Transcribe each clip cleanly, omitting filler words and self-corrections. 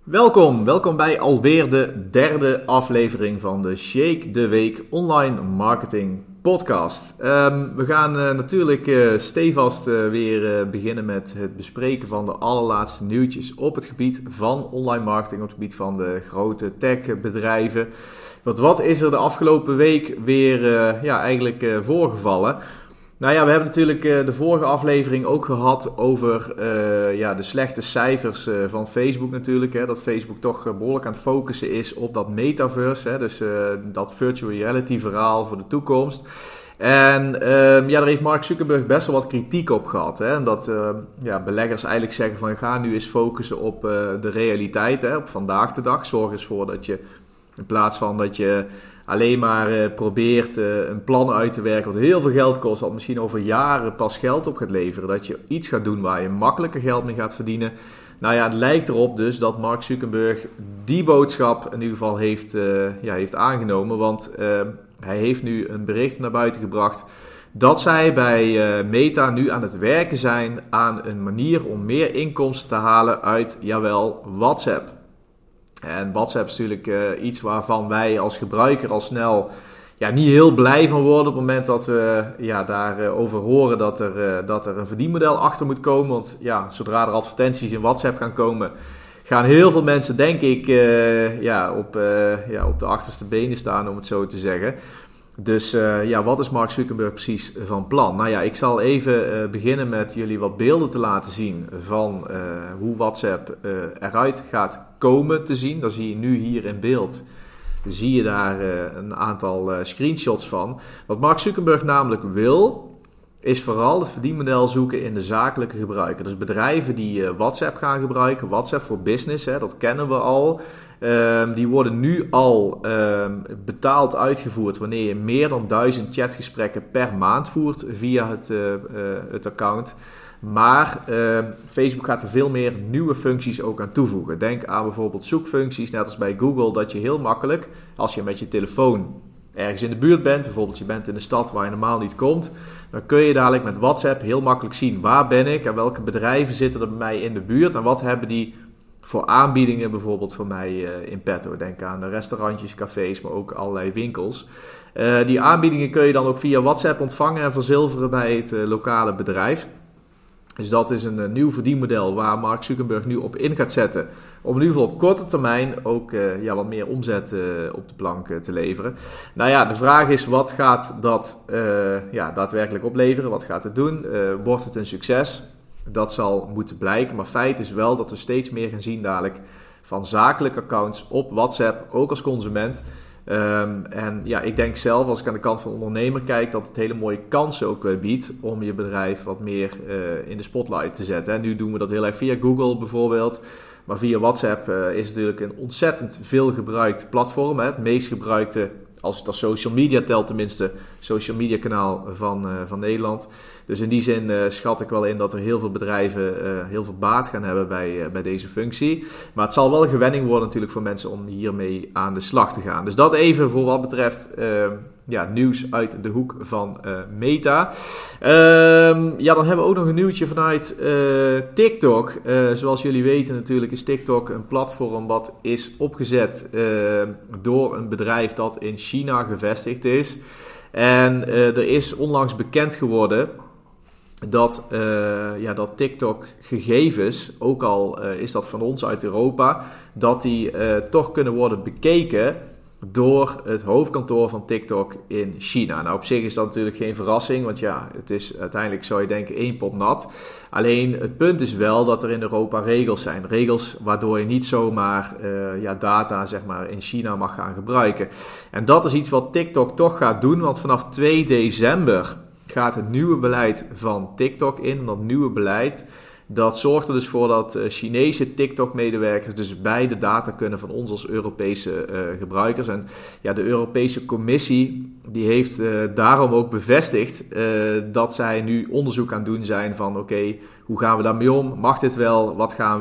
Welkom bij alweer de derde aflevering van de Shake the Week Online Marketing Podcast. We gaan natuurlijk stevast weer beginnen met het bespreken van de allerlaatste nieuwtjes op het gebied van online marketing, op het gebied van de grote techbedrijven. Wat is er de afgelopen week weer voorgevallen? Nou ja, we hebben natuurlijk de vorige aflevering ook gehad over de slechte cijfers van Facebook natuurlijk. Hè, dat Facebook toch behoorlijk aan het focussen is op dat metaverse. Hè, dus dat virtual reality verhaal voor de toekomst. En daar heeft Mark Zuckerberg best wel wat kritiek op gehad. Hè, omdat beleggers eigenlijk zeggen van ga nu eens focussen op de realiteit. Hè, op vandaag de dag. Zorg eens voor dat je in plaats van dat je alleen maar probeert een plan uit te werken wat heel veel geld kost, wat misschien over jaren pas geld op gaat leveren, dat je iets gaat doen waar je makkelijker geld mee gaat verdienen. Nou ja, het lijkt erop dus dat Mark Zuckerberg die boodschap in ieder geval heeft aangenomen, want hij heeft nu een bericht naar buiten gebracht dat zij bij Meta nu aan het werken zijn aan een manier om meer inkomsten te halen uit, WhatsApp. En WhatsApp is natuurlijk iets waarvan wij als gebruiker al snel niet heel blij van worden op het moment dat we daarover horen dat er een verdienmodel achter moet komen. Want zodra er advertenties in WhatsApp gaan komen, gaan heel veel mensen denk ik op de achterste benen staan, om het zo te zeggen. Dus wat is Mark Zuckerberg precies van plan? Nou ja, ik zal even beginnen met jullie wat beelden te laten zien van hoe WhatsApp eruit gaat komen te zien. Dan zie je nu hier in beeld, zie je daar een aantal screenshots van. Wat Mark Zuckerberg namelijk wil, is vooral het verdienmodel zoeken in de zakelijke gebruiker. Dus bedrijven die WhatsApp gaan gebruiken, WhatsApp voor Business, dat kennen we al. Die worden nu al betaald uitgevoerd wanneer je meer dan 1000 chatgesprekken per maand voert via het account. Maar Facebook gaat er veel meer nieuwe functies ook aan toevoegen. Denk aan bijvoorbeeld zoekfuncties, net als bij Google, dat je heel makkelijk, als je met je telefoon ergens in de buurt bent, bijvoorbeeld je bent in een stad waar je normaal niet komt, dan kun je dadelijk met WhatsApp heel makkelijk zien waar ben ik en welke bedrijven zitten er bij mij in de buurt en wat hebben die voor aanbiedingen bijvoorbeeld voor mij in petto. Denk aan restaurantjes, cafés, maar ook allerlei winkels. Die aanbiedingen kun je dan ook via WhatsApp ontvangen en verzilveren bij het lokale bedrijf. Dus dat is een nieuw verdienmodel waar Mark Zuckerberg nu op in gaat zetten. Om in ieder geval op korte termijn ook wat meer omzet op de plank te leveren. Nou ja, de vraag is wat gaat dat daadwerkelijk opleveren? Wat gaat het doen? Wordt het een succes? Dat zal moeten blijken. Maar feit is wel dat we steeds meer gaan zien dadelijk van zakelijke accounts op WhatsApp, ook als consument. Ik denk zelf, als ik aan de kant van de ondernemer kijk, dat het hele mooie kansen ook biedt om je bedrijf wat meer in de spotlight te zetten. En nu doen we dat heel erg via Google bijvoorbeeld. Maar via WhatsApp is het natuurlijk een ontzettend veel gebruikt platform. Het meest gebruikte, als het als social media telt tenminste, social media kanaal van Nederland. Dus in die zin schat ik wel in dat er heel veel bedrijven heel veel baat gaan hebben bij deze functie. Maar het zal wel een gewenning worden natuurlijk voor mensen om hiermee aan de slag te gaan. Dus dat even voor wat betreft nieuws uit de hoek van Meta. Dan hebben we ook nog een nieuwtje vanuit TikTok. Zoals jullie weten natuurlijk is TikTok een platform wat is opgezet door een bedrijf dat in China gevestigd is. En er is onlangs bekend geworden dat TikTok gegevens, ook al is dat van ons uit Europa, dat die toch kunnen worden bekeken door het hoofdkantoor van TikTok in China. Nou, op zich is dat natuurlijk geen verrassing, want het is uiteindelijk, zou je denken, één pot nat. Alleen het punt is wel dat er in Europa regels zijn. Regels waardoor je niet zomaar data zeg maar in China mag gaan gebruiken. En dat is iets wat TikTok toch gaat doen, want vanaf 2 december gaat het nieuwe beleid van TikTok in. Dat nieuwe beleid, dat zorgt er dus voor dat Chinese TikTok-medewerkers dus bij de data kunnen van ons als Europese gebruikers. En de Europese Commissie die heeft daarom ook bevestigd dat zij nu onderzoek aan het doen zijn van oké, hoe gaan we daarmee om? Mag dit wel? Wat gaan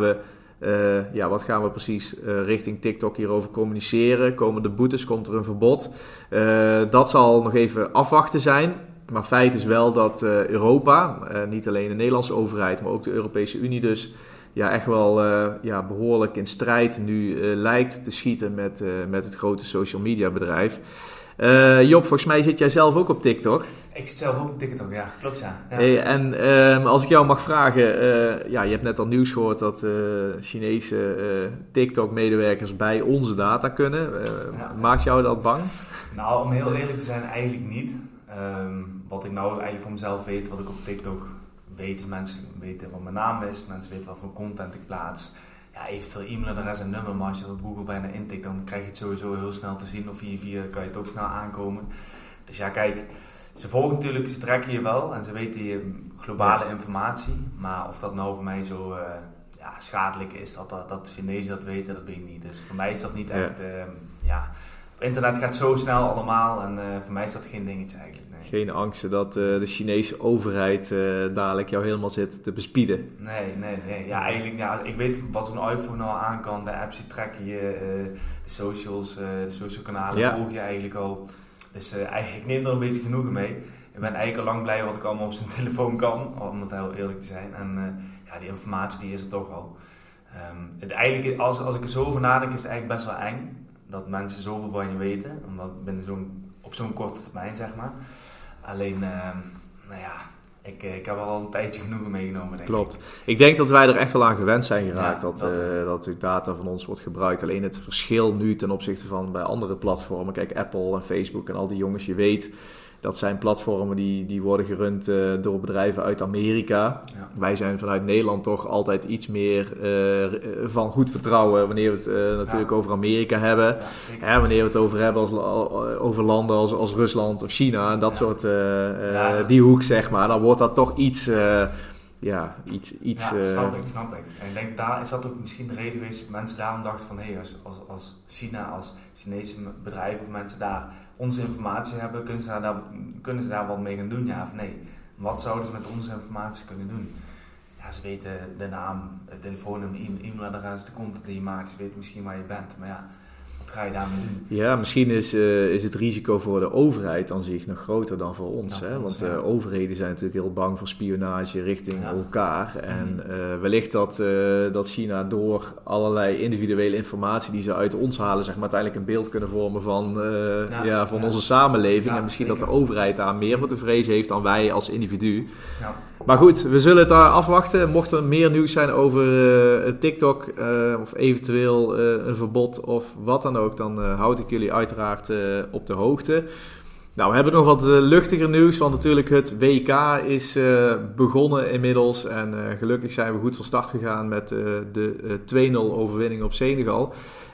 we precies richting TikTok hierover communiceren? Komen er boetes? Komt er een verbod? Dat zal nog even afwachten zijn. Maar feit is wel dat Europa, niet alleen de Nederlandse overheid, maar ook de Europese Unie dus, echt wel behoorlijk in strijd nu lijkt te schieten met het grote social media bedrijf. Job, volgens mij zit jij zelf ook op TikTok. Ik zit zelf ook op TikTok, ja. Klopt, ja. Hey, en als ik jou mag vragen, je hebt net al nieuws gehoord dat Chinese TikTok-medewerkers bij onze data kunnen. Maakt jou dat bang? Nou, om heel eerlijk te zijn, eigenlijk niet. Wat ik nou eigenlijk van mezelf weet, wat ik op TikTok weet, is mensen weten wat mijn naam is, mensen weten wat voor content ik plaats. Ja, eventueel e-mailadres en nummer, maar als je dat op Google bijna intikt, dan krijg je het sowieso heel snel te zien. Of via kan je het ook snel aankomen. Dus ja, kijk, ze volgen natuurlijk, ze trekken je wel en ze weten je globale informatie. Maar of dat nou voor mij zo schadelijk is, dat de Chinezen dat weten, dat weet ik niet. Dus voor mij is dat niet echt, op internet gaat zo snel allemaal en voor mij is dat geen dingetje eigenlijk. Nee. Geen angsten dat de Chinese overheid dadelijk jou helemaal zit te bespieden? Nee. Ja, eigenlijk, ik weet wat zo'n iPhone nou aan kan. De apps die trekken je, de socials, de social kanalen volg je eigenlijk al. Dus ik neem er een beetje genoegen mee. Ik ben eigenlijk al lang blij wat ik allemaal op zijn telefoon kan, om het heel eerlijk te zijn. En die informatie die is er toch al. Eigenlijk, als ik er zo over nadenk, is het eigenlijk best wel eng. Dat mensen zoveel van je weten, omdat op zo'n korte termijn, zeg maar. Alleen, ik heb al een tijdje genoegen meegenomen, denk Klopt. Ik denk dat wij er echt wel aan gewend zijn geraakt dat natuurlijk data van ons wordt gebruikt. Alleen het verschil nu ten opzichte van bij andere platformen, kijk Apple en Facebook en al die jongens, je weet, dat zijn platformen die worden gerund door bedrijven uit Amerika. Ja. Wij zijn vanuit Nederland toch altijd iets meer van goed vertrouwen wanneer we het natuurlijk over Amerika hebben. Ja, wanneer we het over hebben over landen als Rusland of China en dat soort die hoek, zeg maar. Dan wordt dat toch iets... snap ik. En ik denk, daar is dat ook misschien de reden geweest dat mensen daarom dachten van, als China, als Chinese bedrijven of mensen daar onze informatie hebben, kunnen ze daar wat mee gaan doen, ja of nee? Wat zouden ze met onze informatie kunnen doen? Ja, ze weten de naam, het telefoonnummer, e-mailadres, de content die je maakt, ze weten misschien waar je bent, maar ja, wat ga je daarmee doen? Ja, misschien is het risico voor de overheid aan zich nog groter dan voor ons. Ja, hè? Want overheden zijn natuurlijk heel bang voor spionage richting elkaar. En wellicht dat China door allerlei individuele informatie die ze uit ons halen, zeg maar, uiteindelijk een beeld kunnen vormen van onze samenleving. Ja, en misschien zeker. Dat de overheid daar meer voor te vrezen heeft dan wij als individu. Ja. Maar goed, we zullen het daar afwachten. Mocht er meer nieuws zijn over TikTok of eventueel een verbod of wat dan ook, dan houd ik jullie uiteraard op de hoogte. Nou, we hebben nog wat luchtiger nieuws, want natuurlijk het WK is begonnen inmiddels. En gelukkig zijn we goed van start gegaan met de 2-0 overwinning op Senegal.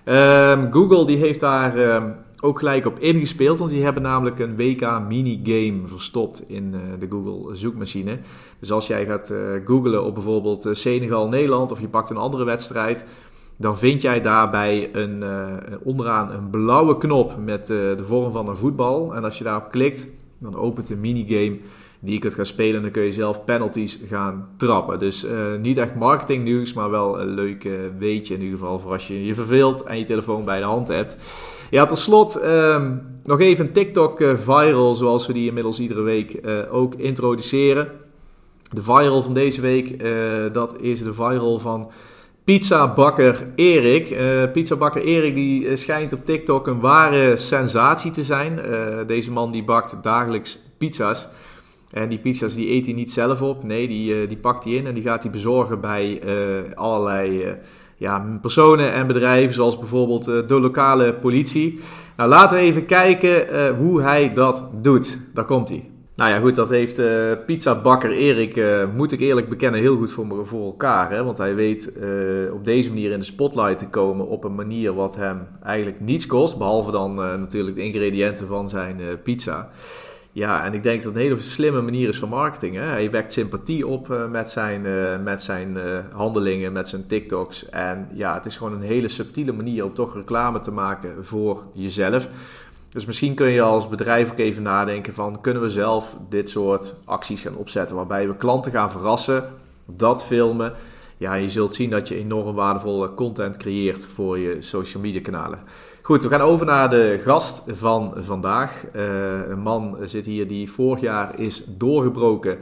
Google die heeft daar ook gelijk op ingespeeld, want die hebben namelijk een WK minigame verstopt in de Google zoekmachine. Dus als jij gaat googlen op bijvoorbeeld Senegal-Nederland of je pakt een andere wedstrijd, dan vind jij daarbij onderaan een blauwe knop met de vorm van een voetbal. En als je daarop klikt, dan opent een minigame die je kunt gaan spelen en dan kun je zelf penalties gaan trappen. Dus niet echt marketingnieuws, maar wel een leuk weetje in ieder geval voor als je je verveelt en je telefoon bij de hand hebt. Ja, tot slot nog even een TikTok viral, zoals we die inmiddels iedere week ook introduceren. De viral van deze week, dat is de viral van pizzabakker Erik. Pizzabakker Erik die schijnt op TikTok een ware sensatie te zijn. Deze man die bakt dagelijks pizza's. En die pizza's die eet hij niet zelf op. Nee, die pakt hij in en die gaat hij bezorgen bij allerlei personen en bedrijven. Zoals bijvoorbeeld de lokale politie. Nou, laten we even kijken hoe hij dat doet. Daar komt hij. Nou ja, goed, dat heeft pizzabakker Erik, moet ik eerlijk bekennen, heel goed voor elkaar. Hè? Want hij weet op deze manier in de spotlight te komen op een manier wat hem eigenlijk niets kost. Behalve dan natuurlijk de ingrediënten van zijn pizza. Ja, en ik denk dat het een hele slimme manier is van marketing. Hè? Hij wekt sympathie op met zijn handelingen, met zijn TikToks. En ja, het is gewoon een hele subtiele manier om toch reclame te maken voor jezelf. Dus misschien kun je als bedrijf ook even nadenken van, kunnen we zelf dit soort acties gaan opzetten waarbij we klanten gaan verrassen, dat filmen. Ja, je zult zien dat je enorm waardevolle content creëert voor je social media kanalen. Goed, we gaan over naar de gast van vandaag. Een man zit hier die vorig jaar is doorgebroken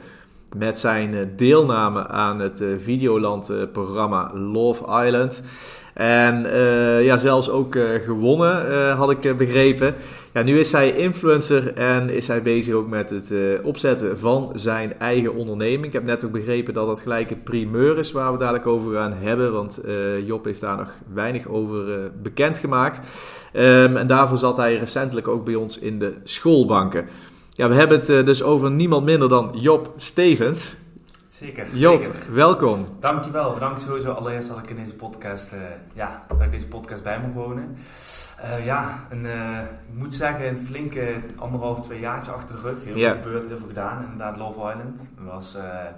met zijn deelname aan het Videoland-programma Love Island. En zelfs ook gewonnen, had ik begrepen. Ja, nu is hij influencer en is hij bezig ook met het opzetten van zijn eigen onderneming. Ik heb net ook begrepen dat dat gelijk een primeur is waar we dadelijk over gaan hebben. Want Job heeft daar nog weinig over bekendgemaakt. En daarvoor zat hij recentelijk ook bij ons in de schoolbanken. Ja, we hebben het dus over niemand minder dan Job Stevens. Zeker. Job, welkom. Dankjewel. Bedankt sowieso allereerst dat ik in deze podcast, dat ik deze podcast bij mag wonen. Ik moet zeggen, een flinke 1,5-2 jaartjes achter de rug. Heel veel gebeurd, heel veel gedaan. Inderdaad, Love Island. Het was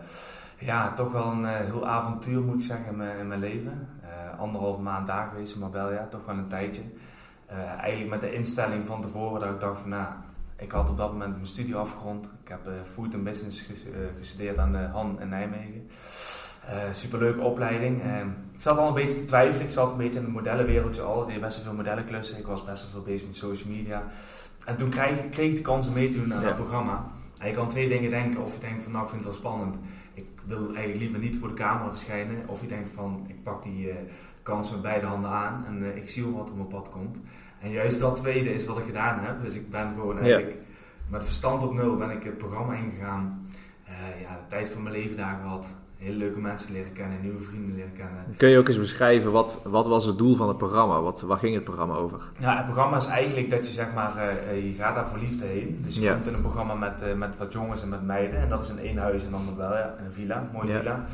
toch wel een heel avontuur, moet ik zeggen, in mijn leven. 1,5 maand daar geweest in Marbella, toch wel een tijdje. Eigenlijk met de instelling van tevoren dat ik dacht van, ik had op dat moment mijn studie afgerond. Ik heb Food and Business gestudeerd aan de Han in Nijmegen. Superleuke opleiding. Ik zat al een beetje te twijfelen. Ik zat een beetje in het modellenwereldje al. Ik deed best wel veel modellenklussen. Ik was best wel veel bezig met social media. En toen kreeg ik de kans om mee te doen aan dat programma. En je kan 2 dingen denken. Of je denkt van, ik vind het wel spannend. Ik wil eigenlijk liever niet voor de camera verschijnen. Of je denkt van, ik pak die kans met beide handen aan. En ik zie wel wat er op mijn pad komt. En juist dat tweede is wat ik gedaan heb. Dus ik ben gewoon eigenlijk met verstand op nul ben ik het programma ingegaan. De tijd van mijn leven daar gehad. Hele leuke mensen leren kennen, nieuwe vrienden leren kennen. Kun je ook eens beschrijven, wat was het doel van het programma? Waar ging het programma over? Ja, het programma is eigenlijk dat je je gaat daar voor liefde heen. Dus je komt in een programma met wat jongens en met meiden. En dat is in 1 huis en dan wel een villa, een mooie villa.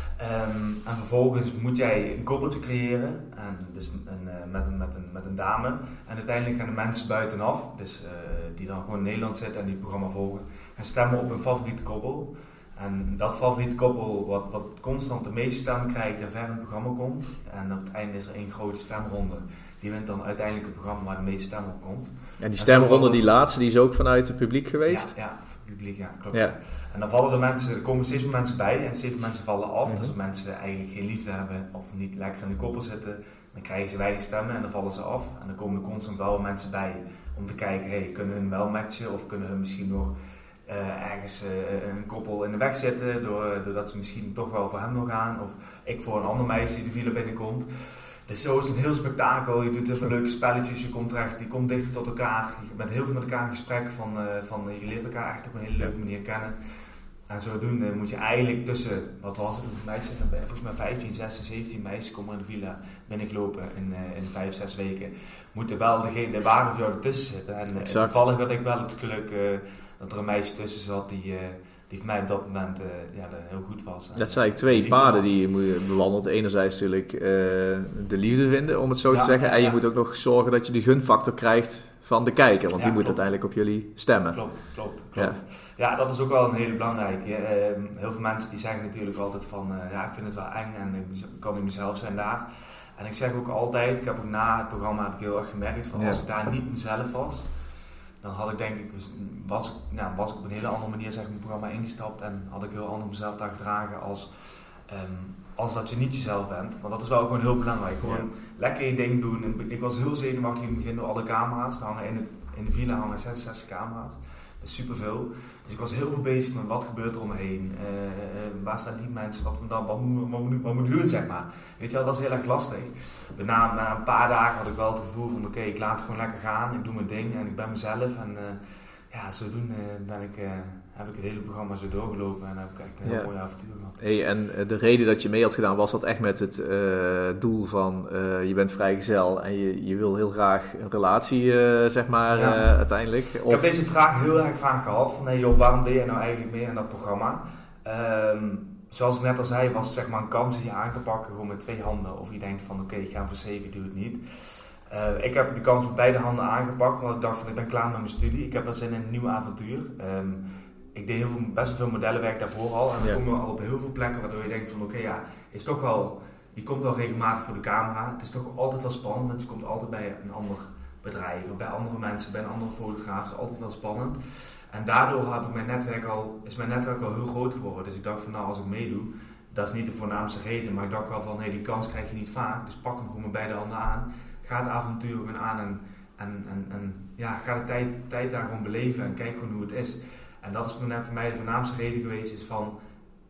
En vervolgens moet jij een koppeltje creëren. En dus met een dame. En uiteindelijk gaan de mensen buitenaf, dus die dan gewoon in Nederland zitten en die het programma volgen, gaan stemmen op hun favoriete koppel. En dat favoriete koppel wat constant de meeste stemmen krijgt en ver in het programma komt. En op het einde is er 1 grote stemronde. Die wint dan uiteindelijk het programma waar de meeste stemmen op komt. En die stemronde, die laatste, die is ook vanuit het publiek geweest? Ja, het publiek, ja, klopt. Ja. En dan er komen steeds meer mensen bij en steeds meer mensen vallen af. Dus als mensen eigenlijk geen liefde hebben of niet lekker in de koppel zitten, dan krijgen ze weinig stemmen en dan vallen ze af. En dan komen er constant wel mensen bij om te kijken, kunnen hun wel matchen of kunnen hun misschien nog ergens een koppel in de weg zetten doordat ze misschien toch wel voor hem wil gaan of ik voor een ander meisje die de villa binnenkomt. Dus zo is het een heel spektakel. Je doet heel veel leuke spelletjes, je komt dichter tot elkaar, je bent heel veel met elkaar in gesprek je leert elkaar echt op een hele leuke manier kennen. En zodoende moet je eigenlijk tussen, wat was het, meisjes, volgens mij 15, 16, 17 meisjes komen in de villa binnenlopen in 5-6 weken. Moeten wel de ware voor jou ertussen zitten. En toevallig had ik wel het geluk dat er een meisje tussen zat die voor mij op dat moment heel goed was. Dat zijn eigenlijk 2 paden die je bewandelt. Enerzijds natuurlijk de liefde vinden, om het zo te zeggen. En je moet ook nog zorgen dat je de gunfactor krijgt van de kijker. Want die moet uiteindelijk op jullie stemmen. Klopt. Ja, dat is ook wel een hele belangrijke. Heel veel mensen die zeggen natuurlijk altijd van, ik vind het wel eng en ik kan niet mezelf zijn daar. En ik zeg ook altijd, ik heb ook na het programma heel erg gemerkt van als ik daar niet mezelf was, dan had ik denk ik, was ik op een hele andere manier mijn programma ingestapt en had ik heel anders mezelf daar gedragen als dat je niet jezelf bent. Want dat is wel gewoon heel belangrijk. Gewoon lekker je ding doen. En ik was heel zenuwachtig in het begin door alle camera's. Er hangen in de villa hangen 66 camera's. Dat is superveel. Dus ik was heel veel bezig met wat gebeurt er omheen. Waar staan die mensen? Wat moet ik doen, zeg maar. Weet je wel, dat is heel erg lastig. Na een paar dagen had ik wel het gevoel van oké, ik laat het gewoon lekker gaan. Ik doe mijn ding en ik ben mezelf. En zodoende heb ik het hele programma zo doorgelopen en heb ik echt een heel mooi avontuur gehad. Hey, en de reden dat je mee had gedaan, was dat echt met het doel van je bent vrijgezel en je wil heel graag een relatie, uiteindelijk? Ik heb deze vraag heel erg vaak gehad van joh, waarom deed je nou eigenlijk mee aan dat programma? Zoals ik net al zei, was het zeg maar een kans die je aan kan pakken gewoon met 2 handen. Of je denkt van oké, ik ga voor 7, doe het niet. Ik heb de kans met beide handen aangepakt, want ik dacht van ik ben klaar met mijn studie. Ik heb wel zin in een nieuw avontuur. Ik deed best wel veel modellenwerk daarvoor al. En dan kom je al op heel veel plekken waardoor je denkt van is toch wel, je komt wel regelmatig voor de camera. Het is toch altijd wel spannend, want je komt altijd bij een ander bedrijf of bij andere mensen, bij een andere fotograaf. Het is altijd wel spannend. En daardoor is mijn netwerk al heel groot geworden. Dus ik dacht van als ik meedoe, dat is niet de voornaamste reden, maar ik dacht wel van die kans krijg je niet vaak. Dus pak hem gewoon met beide handen aan. Ga het avontuur gewoon aan en ga de tijd daar gewoon beleven en kijk gewoon hoe het is. En dat is voor mij de voornaamste reden geweest, is van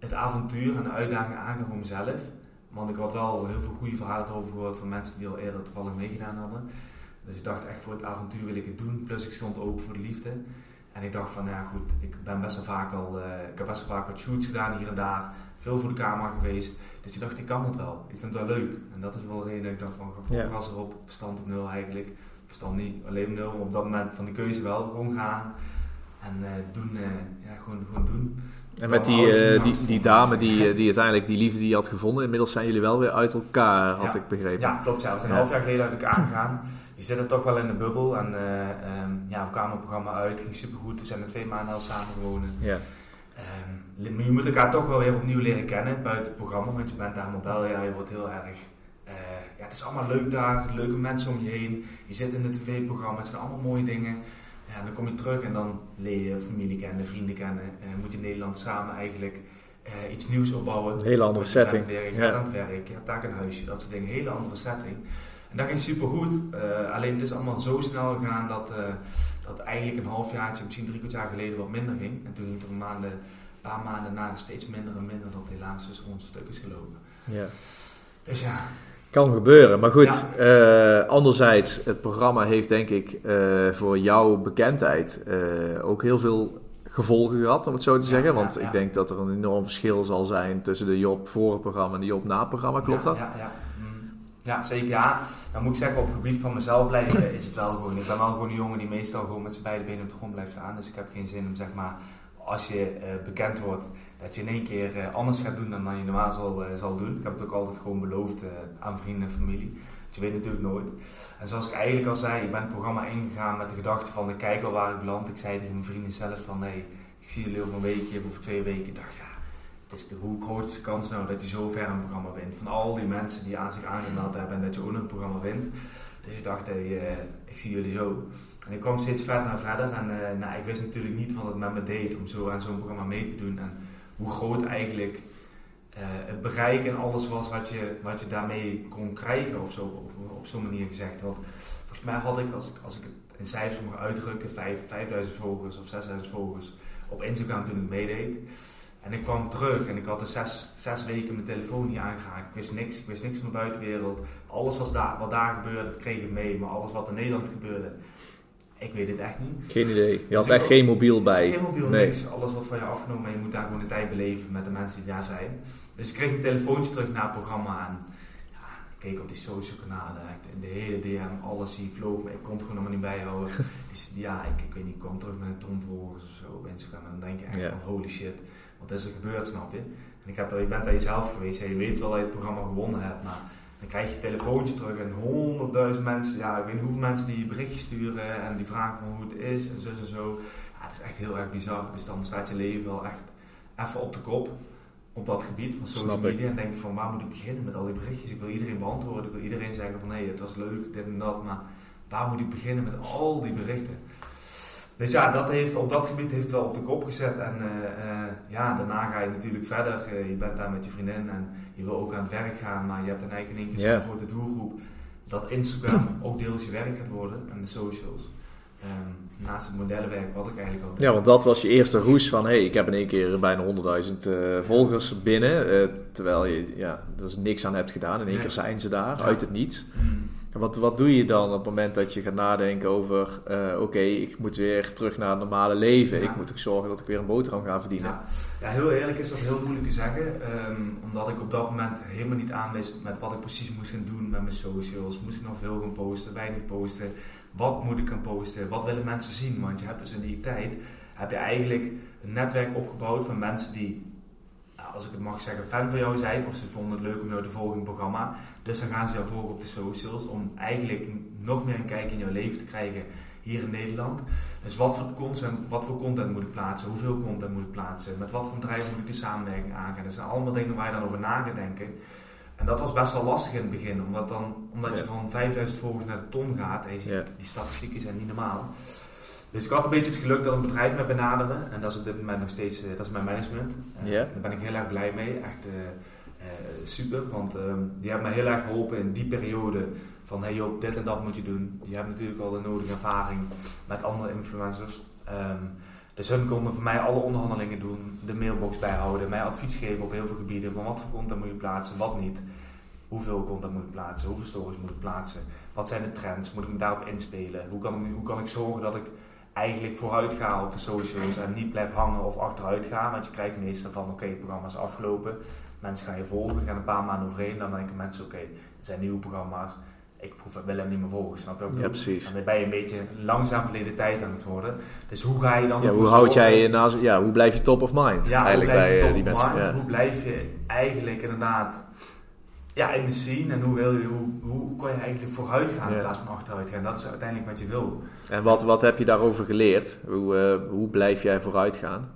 het avontuur en de uitdaging aangaan voor mezelf. Want ik had wel heel veel goede verhalen erover gehoord van mensen die al eerder toevallig meegedaan hadden. Dus ik dacht echt voor het avontuur wil ik het doen. Plus ik stond open voor de liefde. En ik dacht van, ja goed, ik heb best wel vaak wat shoots gedaan hier en daar. Veel voor de camera geweest. Dus ik dacht, ik kan het wel. Ik vind het wel leuk. En dat is wel de reden dat ik dacht van, ga gas erop. Verstand op 0 eigenlijk. Verstand niet alleen 0. Op dat moment van die keuze wel. Gewoon gaan. En doen. Gewoon doen. En met die dame die uiteindelijk die liefde die je had gevonden. Inmiddels zijn jullie wel weer uit elkaar, had ik begrepen. Ja, klopt. Ja. We zijn een half jaar geleden uit elkaar gegaan. Je zit er toch wel in de bubbel. En we kwamen het programma uit. Ging supergoed. We zijn er 2 maanden al samen gewonnen. Ja. Maar je moet elkaar toch wel weer opnieuw leren kennen buiten het programma. Want je bent daar helemaal wel. Ja, je wordt heel erg... het is allemaal leuk daar. Leuke mensen om je heen. Je zit in het tv-programma. Het zijn allemaal mooie dingen. Ja, dan kom je terug en dan leer je familie kennen, vrienden kennen. Moet je in Nederland samen eigenlijk iets nieuws opbouwen. Een hele andere setting. Je gaat aan het werk, je hebt daar een huisje, dat soort dingen. Een hele andere setting. En dat ging super goed. Alleen het is allemaal zo snel gegaan dat eigenlijk een halfjaartje, misschien 3 kwart jaar geleden wat minder ging. En toen ging het een paar maanden na steeds minder en minder dat helaas dus ons stuk is gelopen. Ja. Dus ja... Kan gebeuren, maar goed, anderzijds, het programma heeft denk ik voor jouw bekendheid ook heel veel gevolgen gehad, om het zo te zeggen. Want ik denk dat er een enorm verschil zal zijn tussen de Job voor het programma en de Job na het programma, klopt dat? Ja, zeker ja. Dan moet ik zeggen, op het gebied van mezelf blijven is het wel gewoon. Ik ben wel gewoon een jongen die meestal gewoon met zijn beide benen op de grond blijft staan. Dus ik heb geen zin om zeg maar, als je bekend wordt, dat je in één keer anders gaat doen dan je normaal zal doen. Ik heb het ook altijd gewoon beloofd aan vrienden en familie. Dus je weet natuurlijk nooit. En zoals ik eigenlijk al zei, ik ben het programma ingegaan met de gedachte van ik kijk al waar ik beland. Ik zei tegen mijn vrienden zelf van nee, ik zie jullie over een weekje of over 2 weken. Ik dacht het is hoe groot is de kans nou dat je zo ver een programma wint. Van al die mensen die aan zich aangemeld hebben en dat je ook een programma wint. Dus ik dacht ik zie jullie zo. En ik kwam steeds verder en verder en ik wist natuurlijk niet wat het met me deed om zo aan zo'n programma mee te doen. En hoe groot eigenlijk het bereik en alles was wat je daarmee kon krijgen of zo, op zo'n manier gezegd. Want volgens mij had ik, als ik het in cijfers mag uitdrukken, 5.000 volgers of 6.000 volgers op Instagram toen ik meedeed. En ik kwam terug en ik had 6 weken mijn telefoon niet aangeraakt. Ik wist niks van de buitenwereld. Alles wat daar gebeurde, dat kreeg ik mee. Maar alles wat in Nederland gebeurde, ik weet het echt niet. Geen idee. Je had echt geen mobiel bij. Geen mobiel, niks. Alles wordt van je afgenomen en je moet daar gewoon de tijd beleven met de mensen die daar zijn. Dus ik kreeg een telefoontje terug naar het programma en ik keek op die social kanalen, in de hele DM, alles die vloog, maar ik kon het gewoon nog maar niet bijhouden. Dus ik weet niet, ik kwam terug met een ton volgers of zo op Instagram en dan denk je echt van holy shit, wat is er gebeurd, snap je? En je bent bij jezelf geweest, je weet wel dat je het programma gewonnen hebt, maar dan krijg je een telefoontje terug en 100.000 mensen, ik weet niet hoeveel mensen die berichtjes sturen en die vragen van hoe het is en zo. Ja, het is echt heel erg bizar. Dus dan staat je leven wel echt even op de kop op dat gebied van social media. En denk je van waar moet ik beginnen met al die berichtjes? Ik wil iedereen beantwoorden, ik wil iedereen zeggen van het was leuk, dit en dat, maar waar moet ik beginnen met al die berichten? Dus op dat gebied heeft het wel op de kop gezet en daarna ga je natuurlijk verder. Je bent daar met je vriendin en je wil ook aan het werk gaan, maar je hebt dan eigenlijk in één keer zo'n grote doelgroep dat Instagram ook deels je werk gaat worden en de socials. Naast het modellenwerk wat ik eigenlijk al... Ja, want dat was je eerste roes van ik heb in één keer bijna 100.000 volgers binnen, terwijl je er dus niks aan hebt gedaan. In één keer zijn ze daar, uit het niets. Wat doe je dan op het moment dat je gaat nadenken over ik moet weer terug naar het normale leven. Ik moet ook zorgen dat ik weer een boterham ga verdienen. Ja, heel eerlijk is dat heel moeilijk te zeggen. Omdat ik op dat moment helemaal niet aanwist met wat ik precies moest gaan doen met mijn socials. Moest ik nog veel gaan posten, weinig posten? Wat moet ik gaan posten? Wat willen mensen zien? Want je hebt dus in die tijd eigenlijk een netwerk opgebouwd van mensen die, als ik het mag zeggen, fan van jou zijn. Of ze vonden het leuk om jou te volgen in het programma. Dus dan gaan ze jou volgen op de socials. Om eigenlijk nog meer een kijk in jouw leven te krijgen hier in Nederland. Dus wat voor content moet ik plaatsen? Hoeveel content moet ik plaatsen? Met wat voor bedrijven moet ik de samenwerking aangaan? Dat zijn allemaal dingen waar je dan over na gaat denken. En dat was best wel lastig in het begin. Omdat je van 5.000 volgers naar de ton gaat. En je ziet, die statistieken zijn niet normaal. Dus ik had een beetje het geluk dat een bedrijf mij benaderde. En dat is op dit moment nog steeds, dat is mijn management. Daar ben ik heel erg blij mee. Echt super, want die hebben mij heel erg geholpen in die periode. Van hey Job, dit en dat moet je doen. Je hebt natuurlijk al de nodige ervaring met andere influencers. Dus hun konden voor mij alle onderhandelingen doen, de mailbox bijhouden, mij advies geven op heel veel gebieden van wat voor content moet je plaatsen, wat niet. Hoeveel content moet ik plaatsen, hoeveel stories moet ik plaatsen, wat zijn de trends, moet ik me daarop inspelen, hoe kan ik zorgen dat ik eigenlijk vooruit ga op de socials en niet blijf hangen of achteruit ga, want je krijgt meestal van oké, het programma is afgelopen, mensen gaan je volgen, gaan een paar maanden overheen, dan denken mensen oké, er zijn nieuwe programma's, ik wil hem niet meer volgen, snap je ook? Ja, precies. Dan ben je een beetje langzaam verleden tijd aan het worden. Dus hoe ga je dan... Ja, hoe blijf je top of mind? Ja, eigenlijk hoe blijf je bij top die of mensen. mind? Ja. Hoe blijf je eigenlijk inderdaad in de scene en hoe kan je eigenlijk vooruit gaan in plaats van achteruit gaan? Dat is uiteindelijk wat je wil. En wat heb je daarover geleerd? Hoe blijf jij vooruit gaan?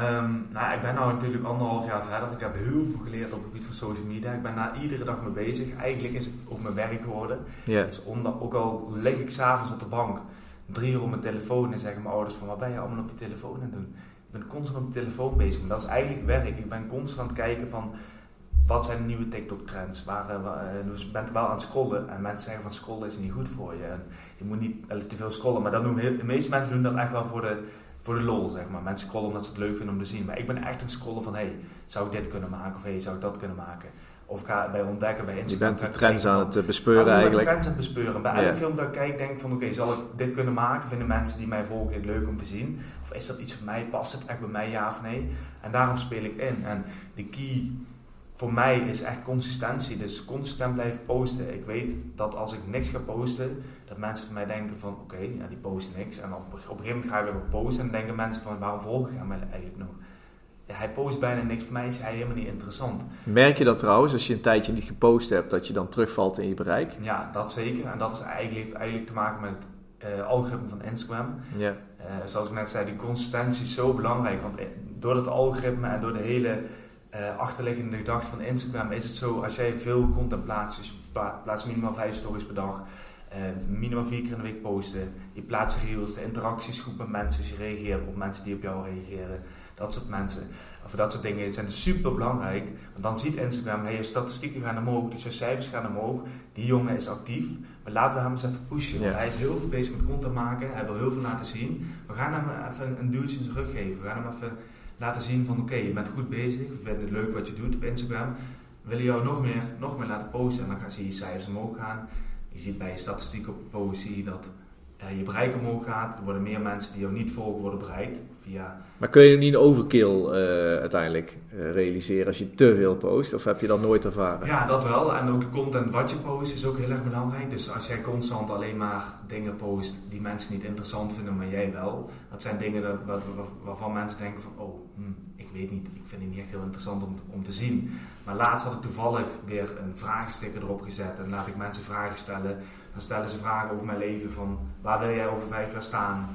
Ik ben nu natuurlijk 1,5 jaar verder. Ik heb heel veel geleerd op het gebied van social media. Ik ben daar iedere dag mee bezig. Eigenlijk is het ook mijn werk geworden. Yeah. Dus ook al lig ik 's avonds op de bank 3 uur op mijn telefoon en zeggen mijn ouders van wat ben je allemaal op die telefoon aan het doen? Ik ben constant op de telefoon bezig. Maar dat is eigenlijk werk. Ik ben constant aan het kijken van wat zijn de nieuwe TikTok trends. Dus je bent wel aan het scrollen en mensen zeggen van scrollen is niet goed voor je. En je moet niet te veel scrollen. Maar de meeste mensen doen dat echt wel voor de lol, zeg maar. Mensen scrollen omdat ze het leuk vinden om te zien. Maar ik ben echt aan het scrollen van, zou ik dit kunnen maken? Of zou ik dat kunnen maken? Of ik ga bij ontdekken, bij Instagram. Je bent de trends aan het bespeuren eigenlijk. Ik ben trends aan het bespeuren. Bij elke film dat ik kijk, denk ik van, zal ik dit kunnen maken? Vinden mensen die mij volgen het leuk om te zien? Of is dat iets voor mij? Past het echt bij mij, ja of nee? En daarom speel ik in. En de key voor mij is echt consistentie. Dus consistent blijven posten. Ik weet dat als ik niks ga posten, dat mensen van mij denken van die post niks. En op een gegeven moment ga ik weer op posten en denken mensen van waarom volg ik hem eigenlijk nog? Ja, hij post bijna niks, voor mij is hij helemaal niet interessant. Merk je dat trouwens, als je een tijdje niet gepost hebt, dat je dan terugvalt in je bereik? Ja, dat zeker. En dat heeft eigenlijk te maken met het algoritme van Instagram. Ja. Zoals ik net zei, die consistentie is zo belangrijk. Want door het algoritme en door de hele achterliggende gedachte van Instagram is het zo, als jij veel content plaatst, dus je plaatst minimaal 5 stories per dag, minimaal 4 keer in de week posten, je plaatst reels, de interacties goed met mensen, dus je reageert op mensen die op jou reageren, dat soort mensen, of dat soort dingen zijn super belangrijk, want dan ziet Instagram, je statistieken gaan omhoog, dus je cijfers gaan omhoog, die jongen is actief, maar laten we hem eens even pushen, want hij is heel veel bezig met content maken, hij wil heel veel laten zien, we gaan hem even een duwtje in zijn rug geven, we gaan hem even laten zien van je bent goed bezig, we vinden het leuk wat je doet op Instagram, we willen jou nog meer laten posten en dan zie je cijfers omhoog gaan. Je ziet bij je statistiek op de post dat je bereik omhoog gaat. Er worden meer mensen die jou niet volgen worden bereikt via... Maar kun je niet een overkill uiteindelijk realiseren als je te veel post? Of heb je dat nooit ervaren? Ja, dat wel. En ook de content wat je post is ook heel erg belangrijk. Dus als jij constant alleen maar dingen post die mensen niet interessant vinden, maar jij wel. Dat zijn dingen waarvan mensen denken van, ik weet niet, ik vind het niet echt heel interessant om te zien. Maar laatst had ik toevallig weer een vraagsticker erop gezet en laat ik mensen vragen stellen. Dan stellen ze vragen over mijn leven van, waar wil jij over 5 jaar staan?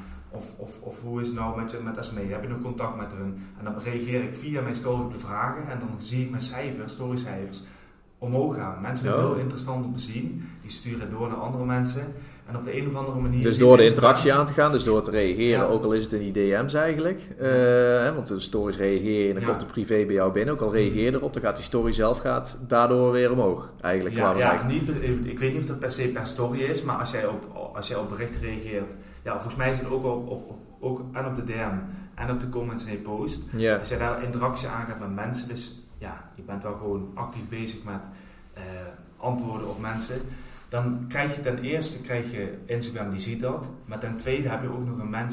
Of hoe is het nou met Esmee? Heb je nog contact met hun? En dan reageer ik via mijn story op de vragen en dan zie ik mijn storycijfers omhoog gaan. Mensen vinden het heel interessant om te zien. Die sturen door naar andere mensen. En op de een of andere manier... Dus door de interactie aan te gaan, dus door te reageren, ook al is het in die DM's eigenlijk. Want de stories reageer je en dan komt de privé bij jou binnen. Ook al reageer je erop, dan gaat die story zelf daardoor weer omhoog. Eigenlijk ik weet niet of dat per se per story is, maar als jij op berichten reageert... Ja, volgens mij is het ook op de DM en op de comments in je post. Yeah. Als jij daar interactie aangaat met mensen, dus je bent wel gewoon actief bezig met antwoorden op mensen... Dan krijg je ten eerste Instagram die ziet dat, maar ten tweede heb je ook nog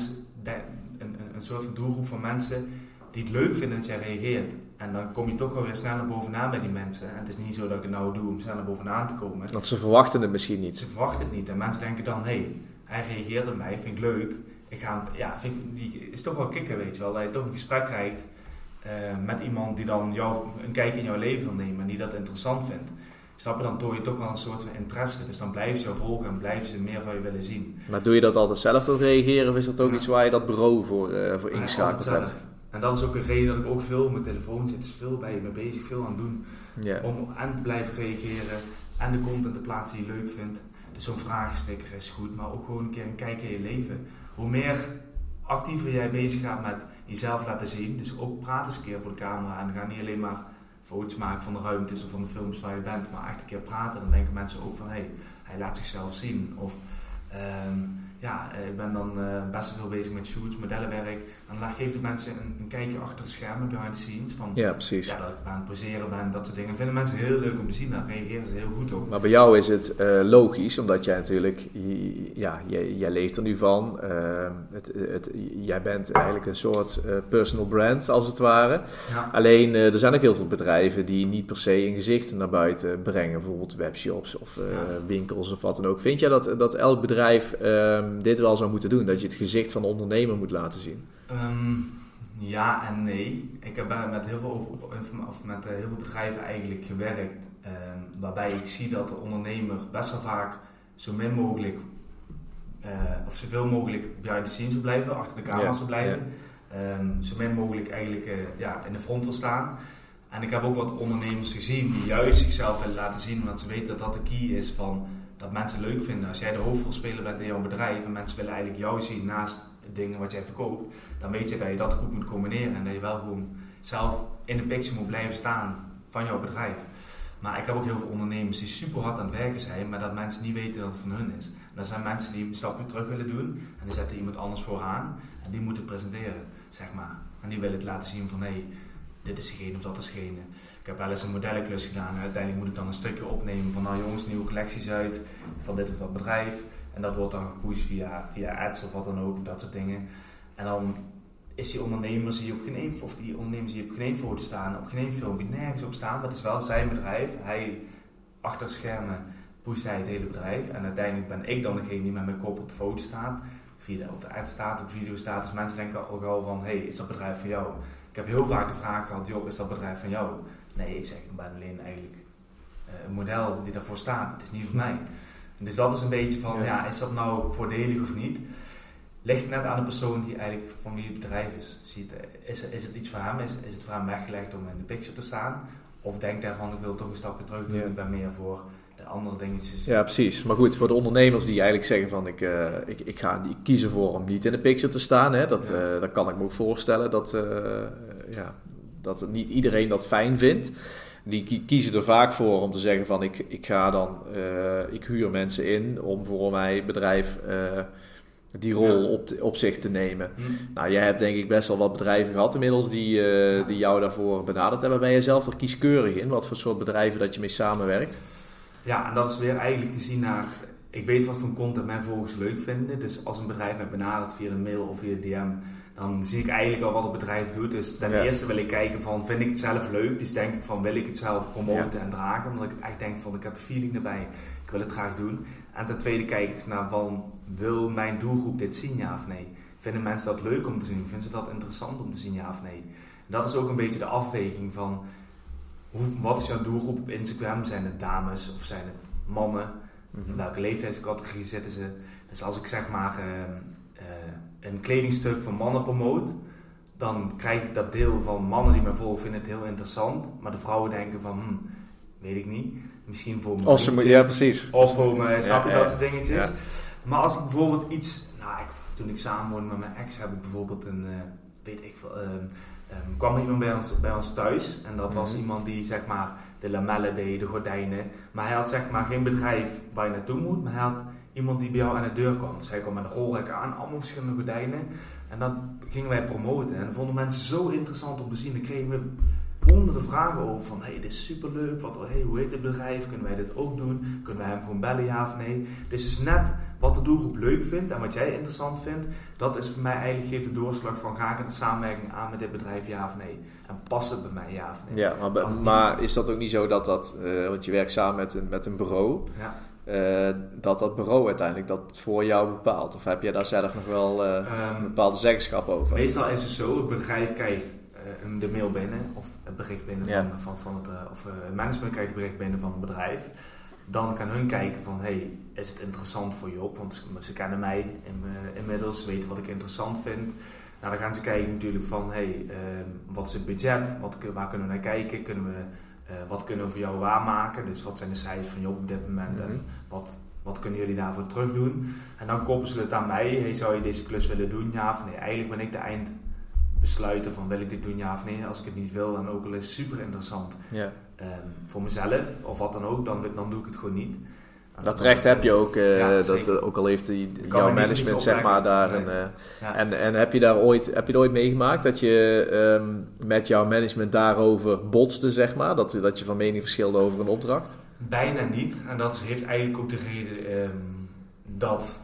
een soort van doelgroep van mensen die het leuk vinden dat jij reageert. En dan kom je toch wel weer sneller bovenaan bij die mensen. En het is niet zo dat ik het nou doe om sneller bovenaan te komen. Want ze verwachten het misschien niet. Ze verwachten het niet en mensen denken dan, hij reageert op mij, vind ik leuk. Is toch wel kicken, weet je wel, dat je toch een gesprek krijgt met iemand die dan een kijkje in jouw leven wil nemen en die dat interessant vindt. Snap je, dan toon je toch wel een soort van interesse. Dus dan blijven ze jou volgen en blijven ze meer van je willen zien. Maar doe je dat altijd zelf, dat reageren? Of is dat ook iets waar je dat bureau voor ingeschakeld hebt? En dat is ook een reden dat ik ook veel op mijn telefoon zit. Dus veel bij me bezig, veel aan het doen. Yeah. Om en te blijven reageren en de content te plaatsen die je leuk vindt. Dus zo'n vragensticker is goed, maar ook gewoon een keer een kijk in je leven. Hoe meer actiever jij bezig gaat met jezelf laten zien. Dus ook praat eens een keer voor de camera en ga niet alleen maar... foto's maken van de ruimtes of van de films waar je bent, maar echt een keer praten, dan denken mensen ook van hij laat zichzelf zien. Of Ik ben dan best wel veel bezig met shoots, modellenwerk. En dan geef ik mensen een kijkje achter de schermen, behind the scenes. Van, precies. Ja, dat ik aan het poseren ben, dat soort dingen. Vinden mensen heel leuk om te zien, daar reageren ze heel goed op. Maar bij jou is het logisch, omdat jij natuurlijk, jij leeft er nu van. Jij bent eigenlijk een soort personal brand, als het ware. Ja. Alleen, er zijn ook heel veel bedrijven die niet per se een gezicht naar buiten brengen. Bijvoorbeeld webshops of winkels of wat dan ook. Vind jij dat elk bedrijf dit wel zou moeten doen? Dat je het gezicht van de ondernemer moet laten zien? Ja en nee. Ik heb met heel veel bedrijven eigenlijk gewerkt. Waarbij ik zie dat de ondernemer best wel vaak zo min mogelijk of zoveel mogelijk behind the scenes wil blijven, achter de camera's wil blijven. Zo min mogelijk eigenlijk in de front wil staan. En ik heb ook wat ondernemers gezien die juist zichzelf willen laten zien, want ze weten dat dat de key is van dat mensen leuk vinden. Als jij de hoofdrolspeler bent in jouw bedrijf en mensen willen eigenlijk jou zien naast dingen wat jij verkoopt, dan weet je dat je dat goed moet combineren en dat je wel gewoon zelf in de picture moet blijven staan van jouw bedrijf. Maar ik heb ook heel veel ondernemers die super hard aan het werken zijn, maar dat mensen niet weten dat het van hun is. En dat zijn mensen die een stapje terug willen doen en die zetten iemand anders vooraan en die moeten presenteren, zeg maar. En die willen het laten zien van dit is degene of dat is degene. Ik heb wel eens een modellenklus gedaan en uiteindelijk moet ik dan een stukje opnemen van jongens, nieuwe collecties uit van dit of dat bedrijf. En dat wordt dan gepusht via ads of wat dan ook, dat soort dingen. En dan is die ondernemers die op geen foto staan, op geen filmpje, nergens op staan. Dat is wel zijn bedrijf. Hij, achter schermen, pusht hij het hele bedrijf. En uiteindelijk ben ik dan degene die met mijn kop op de foto staat. Op de ad staat, op video staat. Dus mensen denken al gauw van, is dat bedrijf van jou? Ik heb heel vaak de vraag gehad, Job, is dat bedrijf van jou? Nee, ik zeg, ik ben alleen eigenlijk een model die daarvoor staat. Het is niet voor mij. Dus dat is een beetje van, is dat nou voordelig of niet? Ligt net aan de persoon die eigenlijk van wie het bedrijf is. Is het iets voor hem? Is het voor hem weggelegd om in de picture te staan? Of denkt hij van, ik wil toch een stapje terug doen, ik ben meer voor de andere dingetjes. Ja, precies. Maar goed, voor de ondernemers die eigenlijk zeggen van, ik ga kiezen voor om niet in de picture te staan. Hè, dat kan ik me ook voorstellen dat niet iedereen dat fijn vindt. Die kiezen er vaak voor om te zeggen van ik huur mensen in om voor mijn bedrijf die rol op zich te nemen. Nou, jij hebt denk ik best wel wat bedrijven gehad inmiddels die jou daarvoor benaderd hebben. Ben je zelf er kieskeurig in? Wat voor soort bedrijven dat je mee samenwerkt? Ja, en dat is weer eigenlijk gezien naar, ik weet wat voor content mijn volgers leuk vinden. Dus als een bedrijf mij benadert via een mail of via DM, dan zie ik eigenlijk al wat het bedrijf doet. Dus ten eerste wil ik kijken van, vind ik het zelf leuk? Dus denk ik van, wil ik het zelf promoten en dragen? Omdat ik echt denk van, ik heb een feeling erbij. Ik wil het graag doen. En ten tweede kijk ik naar van, wil mijn doelgroep dit zien, ja of nee? Vinden mensen dat leuk om te zien? Vinden ze dat interessant om te zien, ja of nee? En dat is ook een beetje de afweging van, wat is jouw doelgroep op Instagram? Zijn het dames of zijn het mannen? In welke leeftijdscategorie zitten ze? Dus als ik zeg maar een kledingstuk van mannen promoot, dan krijg ik dat deel van mannen die mij volgen vinden het heel interessant, maar de vrouwen denken van, weet ik niet, misschien voor me. Ja, precies. Of voor me, snap je dat soort dingetjes. Ja. Maar als ik bijvoorbeeld iets, toen ik samenwoonde met mijn ex, heb ik bijvoorbeeld kwam iemand bij ons thuis en dat was iemand die zeg maar de lamellen deed, de gordijnen, maar hij had zeg maar geen bedrijf waar je naartoe moet, maar hij had iemand die bij jou aan de deur kwam. Dus hij kwam met een rolrek aan, allemaal verschillende gordijnen en dat gingen wij promoten en dat vonden mensen zo interessant om te zien. Dan kregen we honderden vragen over van, dit is superleuk, hoe heet het bedrijf, kunnen wij dit ook doen, kunnen wij hem gewoon bellen, ja of nee. Dus het is net wat de doelgroep leuk vindt en wat jij interessant vindt, dat is voor mij eigenlijk, geeft de doorslag van, ga ik een samenwerking aan met dit bedrijf, ja of nee. En past het bij mij, ja of nee. Ja, maar is dat ook niet zo dat want je werkt samen met een bureau, dat bureau uiteindelijk dat voor jou bepaalt? Of heb jij daar zelf nog wel een bepaalde zeggenschap over? Meestal is het zo, het bedrijf krijgt de mail binnen of het bericht binnen het management krijgt het bericht binnen van het bedrijf. Dan kan hun kijken van, is het interessant voor Job? Want ze kennen mij inmiddels, ze weten wat ik interessant vind. Nou, dan gaan ze kijken natuurlijk van, wat is het budget? Waar kunnen we naar kijken? Wat kunnen we voor jou waarmaken? Dus wat zijn de cijfers van Job op dit moment? En wat kunnen jullie daarvoor terug doen? En dan koppelen ze het aan mij. Zou je deze klus willen doen? Ja of nee? Eigenlijk ben ik de eindbesluiter van, wil ik dit doen? Ja of nee? Als ik het niet wil, en ook al is het super interessant voor mezelf of wat dan ook, dan doe ik het gewoon niet. Dat recht heb je ook, ook al heeft jouw management zeg maar daar en heb je daar ooit meegemaakt dat je met jouw management daarover botste zeg maar, dat je van mening verschilde over een opdracht? Bijna niet en dat heeft eigenlijk ook de reden dat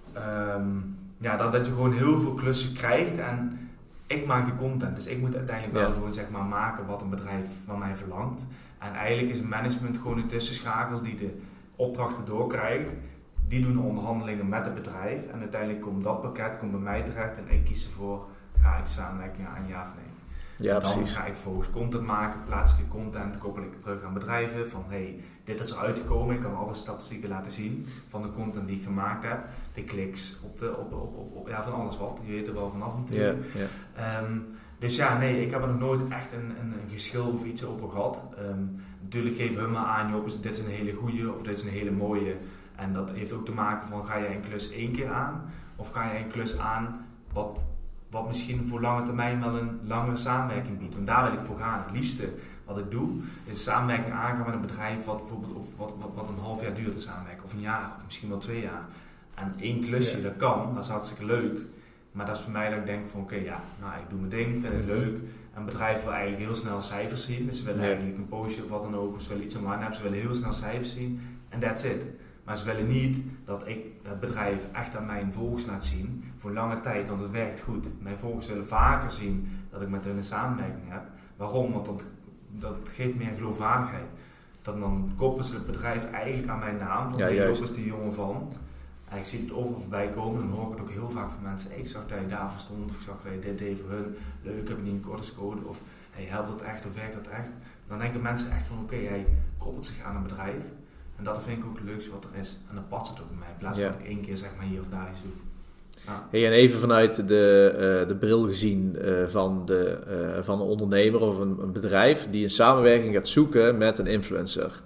je gewoon heel veel klussen krijgt en ik maak de content, dus ik moet uiteindelijk wel gewoon zeg maar maken wat een bedrijf van mij verlangt en eigenlijk is management gewoon een tussenschakel die de opdrachten doorkrijgt, die doen onderhandelingen met het bedrijf en uiteindelijk komt dat pakket bij mij terecht en ik kies ervoor, ga ik de samenwerking aan ja of nee. Ja, en dan precies. ga ik vervolgens content maken, plaatselijke content, koppel ik terug aan bedrijven van hey, dit is eruit gekomen, ik kan alle statistieken laten zien van de content die ik gemaakt heb, de kliks van alles wat, je weet er wel vanaf natuurlijk. Dus ik heb er nog nooit echt een geschil of iets over gehad. Natuurlijk geven hun maar aan, joh, dit is een hele goeie of dit is een hele mooie. En dat heeft ook te maken van, ga je een klus 1 keer aan? Of ga je een klus aan wat misschien voor lange termijn wel een langere samenwerking biedt? Want daar wil ik voor gaan. Het liefste wat ik doe, is een samenwerking aangaan met een bedrijf wat bijvoorbeeld wat een half jaar duurt te samenwerken. Of een jaar, of misschien wel 2 jaar. En 1 klusje, dat kan, dat is hartstikke leuk. Maar dat is voor mij dat ik denk van ik doe mijn ding, vind het leuk. Een bedrijf wil eigenlijk heel snel cijfers zien. Dus ze willen eigenlijk een postje of wat dan ook. Of ze willen iets online hebben. Ze willen heel snel cijfers zien. En that's it. Maar ze willen niet dat ik het bedrijf echt aan mijn volgers laat zien. Voor lange tijd, want het werkt goed. Mijn volgers willen vaker zien dat ik met hun een samenwerking heb. Waarom? Want dat geeft meer geloofwaardigheid. Dan koppelen ze het bedrijf eigenlijk aan mijn naam. Van Job is die jongen van. En ik zie het overal voorbij komen en dan hoor ik het ook heel vaak van mensen. Hey, ik zag dat je daarvoor stond of ik zag dat je dit deed voor hun. Leuk, heb je niet een kortingscode of hey, helpt dat echt of werkt dat echt? Dan denken mensen echt van hij koppelt zich aan een bedrijf. En dat vind ik ook het leukste wat er is. En dan past het ook bij mij in plaats van dat ik 1 keer zeg maar hier of daar iets doe. Ja. Hey, en even vanuit de bril gezien van een ondernemer of een bedrijf die een samenwerking gaat zoeken met een influencer.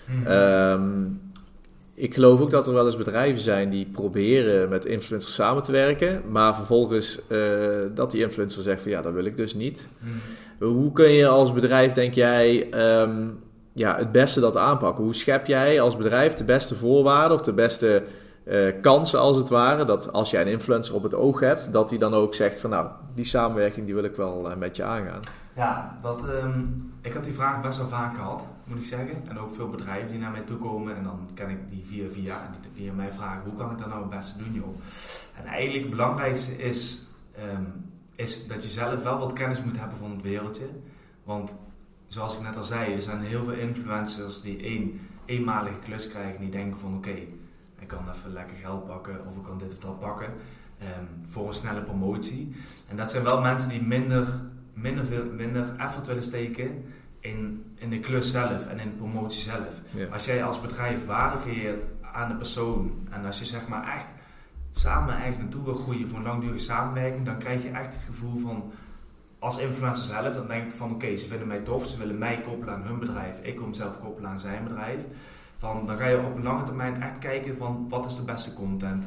Ik geloof ook dat er wel eens bedrijven zijn die proberen met influencers samen te werken, maar vervolgens dat die influencer zegt van dat wil ik dus niet. Hoe kun je als bedrijf, denk jij, het beste dat aanpakken? Hoe schep jij als bedrijf de beste voorwaarden of de beste kansen als het ware, dat als jij een influencer op het oog hebt, dat die dan ook zegt van die samenwerking die wil ik wel met je aangaan? Ja, ik heb die vraag best wel vaak gehad, moet ik zeggen. En ook veel bedrijven die naar mij toe komen en dan ken ik die via en die aan mij vragen, hoe kan ik dat nou het beste doen, joh? En eigenlijk het belangrijkste is dat je zelf wel wat kennis moet hebben van het wereldje. Want zoals ik net al zei, er zijn heel veel influencers die eenmalige klus krijgen en die denken van ik kan even lekker geld pakken of ik kan dit of dat pakken voor een snelle promotie. En dat zijn wel mensen die minder effort willen steken in de klus zelf en in de promotie zelf. Ja. Als jij als bedrijf waarde creëert aan de persoon en als je zeg maar echt samen ergens naartoe wil groeien voor een langdurige samenwerking, dan krijg je echt het gevoel van, als influencer zelf, dan denk ik van ze vinden mij tof, ze willen mij koppelen aan hun bedrijf, ik kom zelf koppelen aan zijn bedrijf. Dan ga je op een lange termijn echt kijken van wat is de beste content,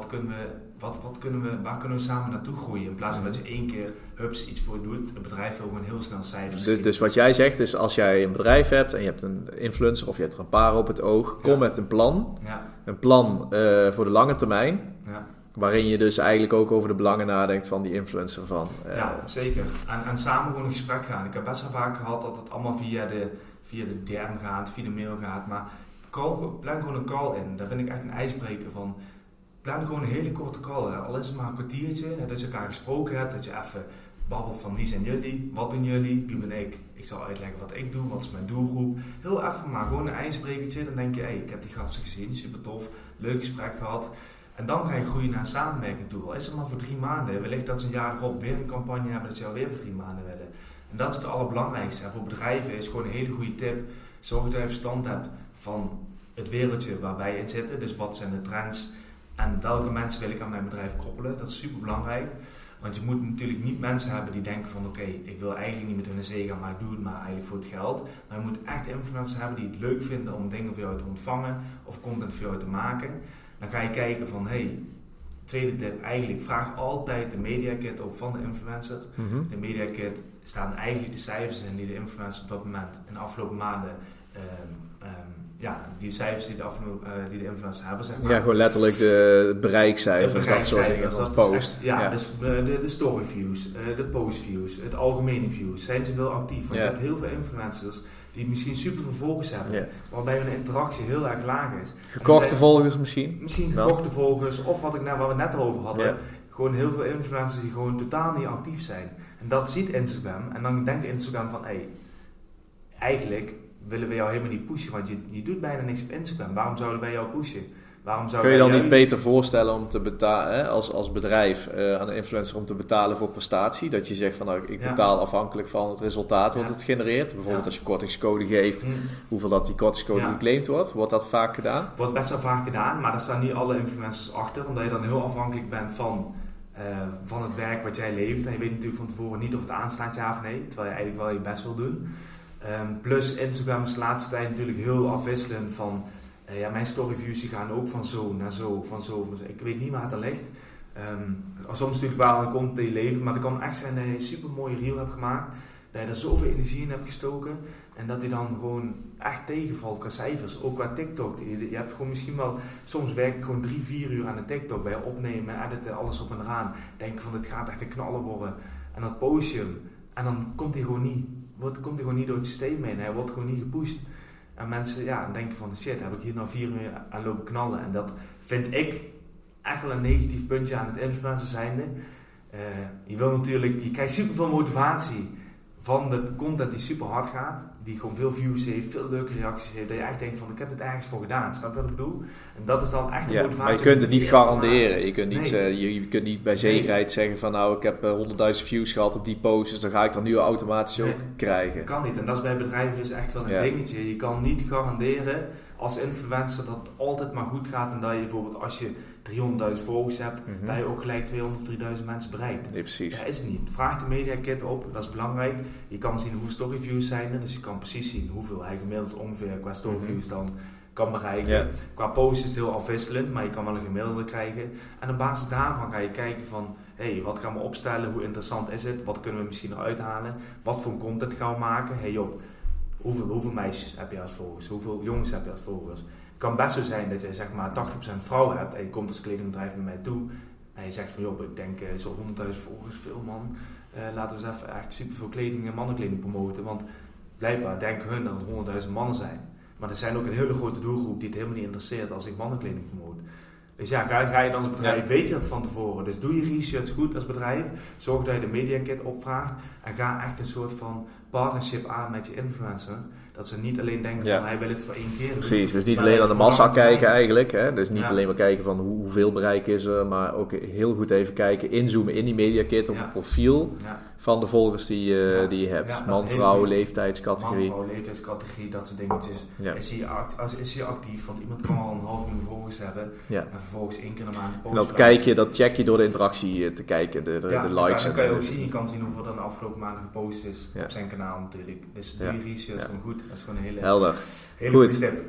waar kunnen we samen naartoe groeien, in plaats van dat je 1 keer iets voor doet. Het bedrijf wil gewoon heel snel cijfers. Dus wat jij zegt is, als jij een bedrijf hebt en je hebt een influencer of je hebt er een paar op het oog, kom met een plan. Ja. Een plan voor de lange termijn. Ja. Waarin je dus eigenlijk ook over de belangen nadenkt van die influencer van. Ja, zeker. En samen gewoon een gesprek gaan. Ik heb best wel vaak gehad dat het allemaal via de DM gaat, via de mail gaat. Maar plan gewoon een call in. Daar vind ik echt een ijsbreker van. Plan gewoon een hele korte call. Hè. Al is het maar een kwartiertje. Dat je elkaar gesproken hebt. Dat je even babbelt van wie zijn jullie? Wat doen jullie? Wie ben ik? Ik zal uitleggen wat ik doe. Wat is mijn doelgroep? Heel even maar gewoon een ijsbrekertje. Dan denk je, ik heb die gasten gezien. Super tof. Leuk gesprek gehad. En dan ga je groeien naar een samenwerking toe. Al is het maar voor 3 maanden. Wellicht dat ze een jaar erop weer een campagne hebben. Dat ze alweer voor 3 maanden willen. En dat is het allerbelangrijkste. En voor bedrijven is gewoon een hele goede tip. Zorg dat je verstand hebt van het wereldje waar wij in zitten. Dus wat zijn de trends en welke mensen wil ik aan mijn bedrijf koppelen. Dat is super belangrijk. Want je moet natuurlijk niet mensen hebben die denken van ik wil eigenlijk niet met hun in zee gaan, maar ik doe het maar eigenlijk voor het geld. Maar je moet echt influencers hebben die het leuk vinden om dingen voor jou te ontvangen of content voor jou te maken. Dan ga je kijken van tweede tip, eigenlijk vraag altijd de media kit op van de influencer. De media kit staan eigenlijk de cijfers in die de influencer op dat moment in de afgelopen maanden die cijfers die de influencers hebben, zeg maar. Ja, gewoon letterlijk de bereikcijfers, dat soort dingen van post. Dus de story views, de post views, het algemene views. Zijn ze veel actief? Want je hebt heel veel influencers die misschien super veel volgers hebben, waarbij hun interactie heel erg laag is. Gekochte volgers misschien? Misschien gekochte volgers, of wat we net over hadden. Ja. Gewoon heel veel influencers die gewoon totaal niet actief zijn. En dat ziet Instagram. En dan denkt Instagram van, eigenlijk willen we jou helemaal niet pushen, want je doet bijna niks op Instagram. Waarom zouden wij jou pushen? Kun je dan niet beter voorstellen om te betalen, als bedrijf aan de influencer om te betalen voor prestatie? Dat je zegt van ik betaal afhankelijk van het resultaat wat het genereert. Bijvoorbeeld als je kortingscode geeft, hoeveel dat die kortingscode geclaimd wordt. Wordt dat vaak gedaan? Wordt best wel vaak gedaan, maar daar staan niet alle influencers achter. Omdat je dan heel afhankelijk bent van het werk wat jij levert. En je weet natuurlijk van tevoren niet of het aanslaat ja of nee. Terwijl je eigenlijk wel je best wil doen. Plus Instagram is de laatste tijd natuurlijk heel afwisselend van... mijn storyviews die gaan ook van zo naar zo, van zo. Ik weet niet waar het ligt. Soms natuurlijk wel een content die je levert, maar het kan echt zijn dat je een super mooie reel hebt gemaakt. Dat je er zoveel energie in hebt gestoken. En dat die dan gewoon echt tegenvalt qua cijfers. Ook qua TikTok. Je hebt gewoon misschien wel... Soms werk ik gewoon 3-4 uur aan een TikTok. Bij opnemen, editen, alles op en eraan. Denk van dit gaat echt een knaller worden. En dan post je hem. En dan komt hij gewoon niet door het systeem heen. Hij wordt gewoon niet gepusht. En mensen denken van shit, heb ik hier nou 4 uur aan lopen knallen. En dat vind ik echt wel een negatief puntje aan het influencer zijnde. Je krijgt super veel motivatie van de content die super hard gaat. Die gewoon veel views heeft, veel leuke reacties heeft. Dat je echt denkt van ik heb het ergens voor gedaan. Snap je wat ik bedoel? En dat is dan echt de motivatie. Maar je kunt het niet garanderen. Je kunt niet bij zekerheid zeggen van ik heb 100.000 views gehad op die post. Dus dan ga ik dan nu automatisch ook krijgen. Dat kan niet. En dat is bij bedrijven dus echt wel een dingetje. Je kan niet garanderen als influencer dat het altijd maar goed gaat. En dat je bijvoorbeeld als je 300.000 volgers hebt, dat je ook gelijk 200.000, 3.000 mensen bereikt. Nee, precies. Dat is het niet. Vraag de media kit op, dat is belangrijk. Je kan zien hoeveel storyviews zijn er, dus je kan precies zien hoeveel hij gemiddeld ongeveer qua storyviews dan kan bereiken. Yeah. Qua post is het heel afwisselend, maar je kan wel een gemiddelde krijgen. En op basis daarvan ga je kijken van, wat gaan we opstellen, hoe interessant is het, wat kunnen we misschien eruit halen, wat voor content gaan we maken. Hoeveel meisjes heb je als volgers, hoeveel jongens heb je als volgers. Het kan best zo zijn dat je zeg maar 80% vrouwen hebt en je komt als kledingbedrijf naar mij toe en je zegt van ik denk zo'n 100.000 volgers, veel man, laten we eens even echt superveel kleding en mannenkleding promoten, want blijkbaar denken hun dat het 100.000 mannen zijn. Maar er zijn ook een hele grote doelgroep die het helemaal niet interesseert als ik mannenkleding promote. Dus ga je dan als bedrijf, weet je dat van tevoren. Dus doe je research goed als bedrijf. Zorg dat je de media kit opvraagt. En ga echt een soort van partnership aan met je influencer. Dat ze niet alleen denken van hij wil het voor 1 keer doen. Precies, dus niet alleen aan de massa kijken eigenlijk. Hè? Dus niet alleen maar kijken van hoeveel bereik is er. Maar ook heel goed even kijken, inzoomen in die media kit op het profiel van de volgers die je hebt. Ja, man, vrouw, leeftijdscategorie. Man, vrouw, leeftijdscategorie, dat soort dingetjes. Ja. Is hij actief? Want iemand kan al 500.000 volgers hebben. Ja. En vervolgens 1 keer per maand posten. En dat check je door de interactie te kijken, de likes. Dan kan je ook zien. Je kan zien hoeveel er de afgelopen maanden gepost is op zijn kanaal natuurlijk. Dus doe je research gewoon goed. Dat is gewoon een hele goede tip.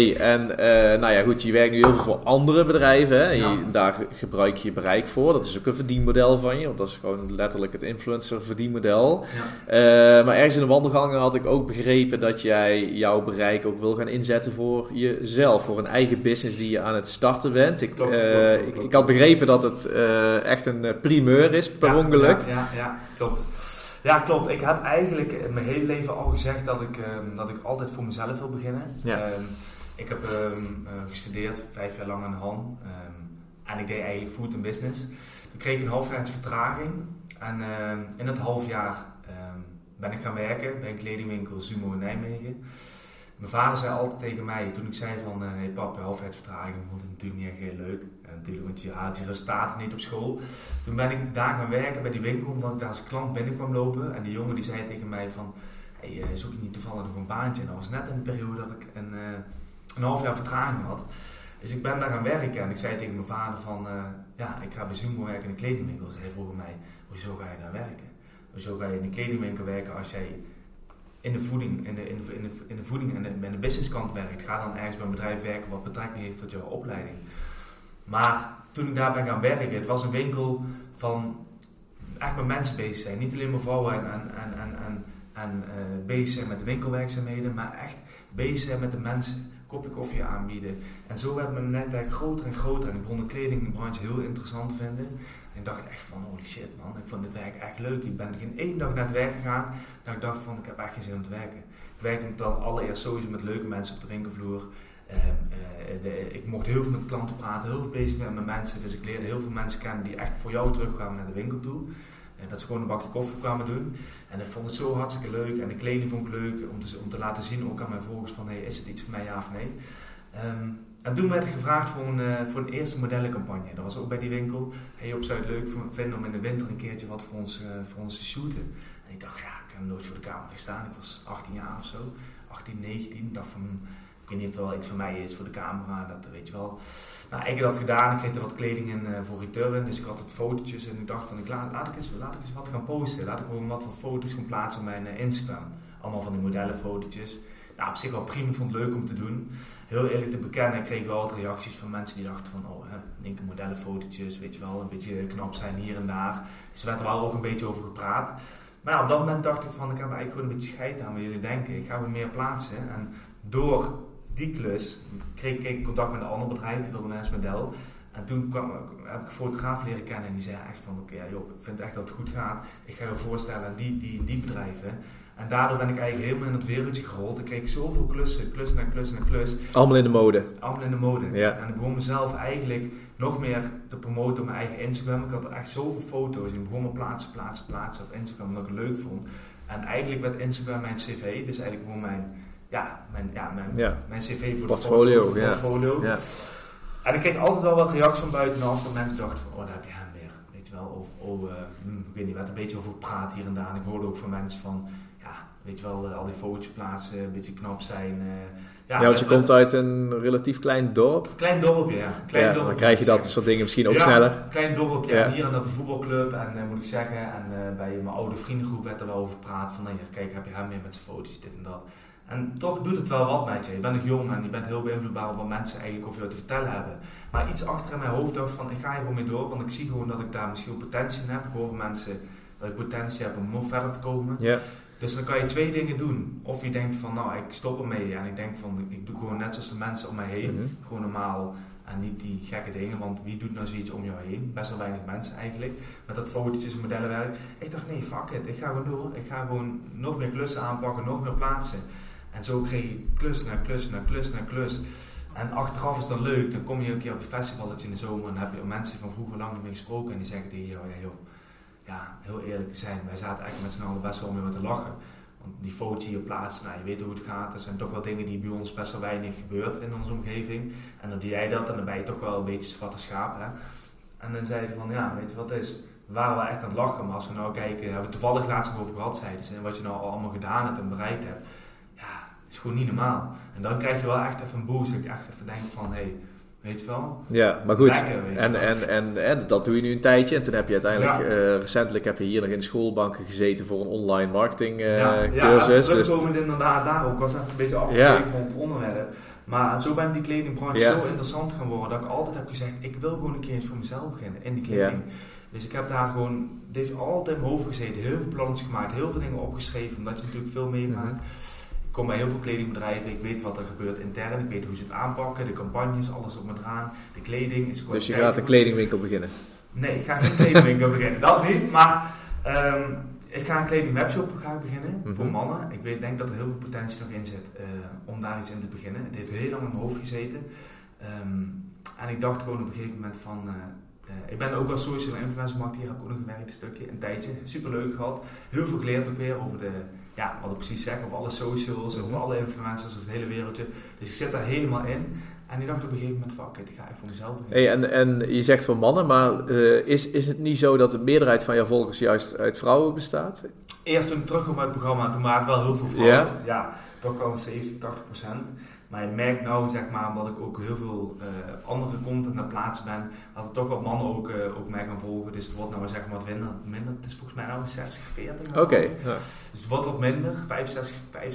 Goed, je werkt nu heel veel voor andere bedrijven. Hè? Daar gebruik je bereik voor. Dat is ook een verdienmodel van je. Want dat is gewoon letterlijk het influencer verdienmodel. Ja. Maar ergens in de wandelgangen had ik ook begrepen dat jij jouw bereik ook wil gaan inzetten voor jezelf. Voor een eigen business die je aan het starten bent. Ik had begrepen dat het echt een primeur is per ongeluk. Ja, klopt. Ja, klopt. Ik heb eigenlijk mijn hele leven al gezegd dat ik altijd voor mezelf wil beginnen. Ja. Ik heb gestudeerd 5 jaar lang aan de HAN. En ik deed eigenlijk food and business. Toen kreeg ik een halfjaartje vertraging. En in het halfjaar ben ik gaan werken bij een kledingwinkel Sumo in Nijmegen. Mijn vader zei altijd tegen mij, toen ik zei van, hey pap, halfjaarvertraging, vond het natuurlijk niet echt heel leuk. En natuurlijk, want je haalt je resultaten niet op school. Toen ben ik daar gaan werken bij die winkel, omdat ik daar als klant binnen kwam lopen. En die jongen die zei tegen mij van, hey, zoek je niet toevallig nog een baantje? En dat was net in de periode dat ik een half jaar vertraging had. Dus ik ben daar gaan werken en ik zei tegen mijn vader van, ik ga bij Sumo werken in een kledingwinkel. Dus hij vroeg mij, hoezo ga je daar werken? Hoezo ga je in een kledingwinkel werken als jij in de voeding en de businesskant werkt? Ga dan ergens bij een bedrijf werken wat betrekking heeft tot jouw opleiding. Maar toen ik daar ben gaan werken, het was een winkel van echt met mensen bezig zijn. Niet alleen maar vrouwen en en bezig zijn met de winkelwerkzaamheden, maar echt bezig zijn met de mensen, een kopje koffie aanbieden. En zo werd mijn netwerk groter en groter en ik begon de kledingbranche heel interessant te vinden. En ik dacht echt van, holy shit man, ik vond dit werk echt leuk. Ik ben geen één dag naar het werk gegaan dat ik dacht van, ik heb echt geen zin om te werken. Ik werkte dan allereerst sowieso met leuke mensen op de winkelvloer. Ik mocht heel veel met klanten praten, heel veel bezig met mensen. Dus ik leerde heel veel mensen kennen die echt voor jou terugkwamen naar de winkel toe. Dat ze gewoon een bakje koffie kwamen doen. En ik vond het zo hartstikke leuk. En de kleding vond ik leuk om te laten zien ook aan mijn volgers van, hey, is het iets voor mij, ja of nee? En toen werd ik gevraagd voor een eerste modellencampagne. Dat was ook bij die winkel. Hey Job, zou je het leuk vinden om in de winter een keertje wat voor ons te shooten? En ik dacht, ja, ik heb nooit voor de camera gestaan. Ik was 18 jaar of zo. 18, 19. Ik dacht van, ik weet niet of het wel iets voor mij is voor de camera. Dat weet je wel. Nou, ik had dat gedaan. Ik kreeg er wat kleding in voor return. Dus ik had het fotootjes. En ik dacht van, laat ik eens wat gaan posten. Laat ik gewoon wat foto's gaan plaatsen op mijn Instagram. Allemaal van die modellenfotootjes. Nou, op zich wel prima, vond het leuk om te doen. Heel eerlijk te bekennen, ik kreeg wel wat reacties van mensen die dachten van, oh, in één keer modellenfotootjes, weet je wel, een beetje knap zijn hier en daar. Dus er werd er wel ook een beetje over gepraat. Maar ja, op dat moment dacht ik van, ik heb eigenlijk gewoon een beetje scheid aan wat jullie denken. Ik ga weer meer plaatsen. En door die klus kreeg ik contact met een ander bedrijf, die wilde een model. En toen heb ik een fotograaf leren kennen en die zei echt van, oké, Job, ik vind echt dat het goed gaat. Ik ga je voorstellen aan die bedrijven. En daardoor ben ik eigenlijk helemaal in het wereldje gerold. Ik kreeg zoveel klus na klus. Allemaal in de mode. Allemaal in de mode. Ja. En ik begon mezelf eigenlijk nog meer te promoten op mijn eigen Instagram. Ik had echt zoveel foto's. En ik begon me plaatsen op Instagram, omdat ik het leuk vond. En eigenlijk werd Instagram mijn cv. Dus eigenlijk gewoon mijn cv voor portfolio. de portfolio. Ja. En ik kreeg altijd wel wat reacties van buitenaf. Dat mensen dachten van, oh, daar heb je hem weer. Weet je wel. Of ik weet niet, werd een beetje over praat hier en daar. En ik hoorde ook van mensen van, weet je wel, al die foto's plaatsen, een beetje knap zijn. Want je komt uit een relatief klein dorp. Klein dorpje, ja. Dorpje, dan krijg je dat soort dingen misschien ook sneller. Klein dorpje. Ja. Hier en op de voetbalclub. En moet ik zeggen, en bij mijn oude vriendengroep werd er wel over gepraat. Van, kijk, heb je hem weer met zijn foto's, dit en dat. En toch doet het wel wat met je. Je bent nog jong en je bent heel beïnvloedbaar op wat mensen eigenlijk over jou te vertellen hebben. Maar iets achter in mijn hoofd dacht van, ik ga hier gewoon mee door. Want ik zie gewoon dat ik daar misschien potentie in heb. Ik hoor van mensen dat ik potentie heb om nog verder te komen. Ja. Dus dan kan je twee dingen doen. Of je denkt van, nou, ik stop ermee en ik denk van, ik doe gewoon net zoals de mensen om mij heen. Mm-hmm. Gewoon normaal en niet die gekke dingen, want wie doet nou zoiets om jou heen? Best wel weinig mensen eigenlijk. Met dat fotootjes en modellenwerk. Ik dacht, nee, fuck it. Ik ga gewoon door. Ik ga gewoon nog meer klussen aanpakken, nog meer plaatsen. En zo kreeg ik klus na klus. En achteraf is dat leuk. Dan kom je een keer op een festivalletje in de zomer en dan heb je mensen van vroeger lang niet meer gesproken en die zeggen tegen jou, ja, heel eerlijk te zijn, wij zaten eigenlijk met z'n allen best wel mee met te lachen. Want die foto's die je plaatst, nou, je weet hoe het gaat. Er zijn toch wel dingen die bij ons best wel weinig gebeurt in onze omgeving. En dan doe jij dat en dan ben je toch wel een beetje zwarte schaap. Hè? En dan zei hij van, ja, weet je wat het is? We waren wel echt aan het lachen, maar als we nou kijken, hebben we toevallig laatst over gehad, zeiden ze. En wat je nou allemaal gedaan hebt en bereikt hebt, ja, is gewoon niet normaal. En dan krijg je wel echt even een boost. Dat ik echt even denk van, hey, weet je wel? Ja, maar goed. Lekker, en dat doe je nu een tijdje. En toen heb je uiteindelijk, recentelijk heb je hier nog in de schoolbanken gezeten voor een online marketing cursus. Ja, terugkomend inderdaad daarop. Ik was even een beetje afgekeken van het onderwerp. Maar zo ben ik die kledingbranche zo interessant gaan worden, dat ik altijd heb gezegd, ik wil gewoon een keer eens voor mezelf beginnen in die kleding. Ja. Dus ik heb daar gewoon, het heeft altijd in mijn hoofd gezeten, heel veel plannetjes gemaakt, heel veel dingen opgeschreven, omdat je natuurlijk veel meemaakt. Mm-hmm. Ik kom bij heel veel kledingbedrijven, ik weet wat er gebeurt intern, ik weet hoe ze het aanpakken, de campagnes, alles op me eraan, de kleding is gewoon... Dus je gaat een kledingwinkel beginnen? Nee, ik ga geen kledingwinkel beginnen, dat niet, maar ik ga een kledingwebshop beginnen voor mannen. Ik denk dat er heel veel potentie nog in zit om daar iets in te beginnen. Het heeft heel lang in mijn hoofd gezeten. En ik dacht gewoon op een gegeven moment van... ik ben ook als social influencer marketeer, heb ik ook nog gewerkt een stukje, een tijdje. Superleuk gehad. Heel veel geleerd ook weer over wat ik precies zeg, over alle socials, over alle influencers, over het hele wereldje. Dus ik zit daar helemaal in. En ik dacht op een gegeven moment, fuck it, ik ga echt voor mezelf beginnen. Hey, en je zegt voor mannen, maar is het niet zo dat de meerderheid van jouw volgers juist uit vrouwen bestaat? Eerst toen ik terugkwam uit het programma, toen waren het wel heel veel vrouwen. Ja, toch wel 70-80%. Maar je merkt nou, zeg maar, omdat ik ook heel veel andere content naar plaatsen ben, dat er toch wat mannen ook mij gaan volgen. Dus het wordt nou zeg maar wat minder. Het is volgens mij nou 60-40. Oké. Ja. Dus het wordt wat minder, 65,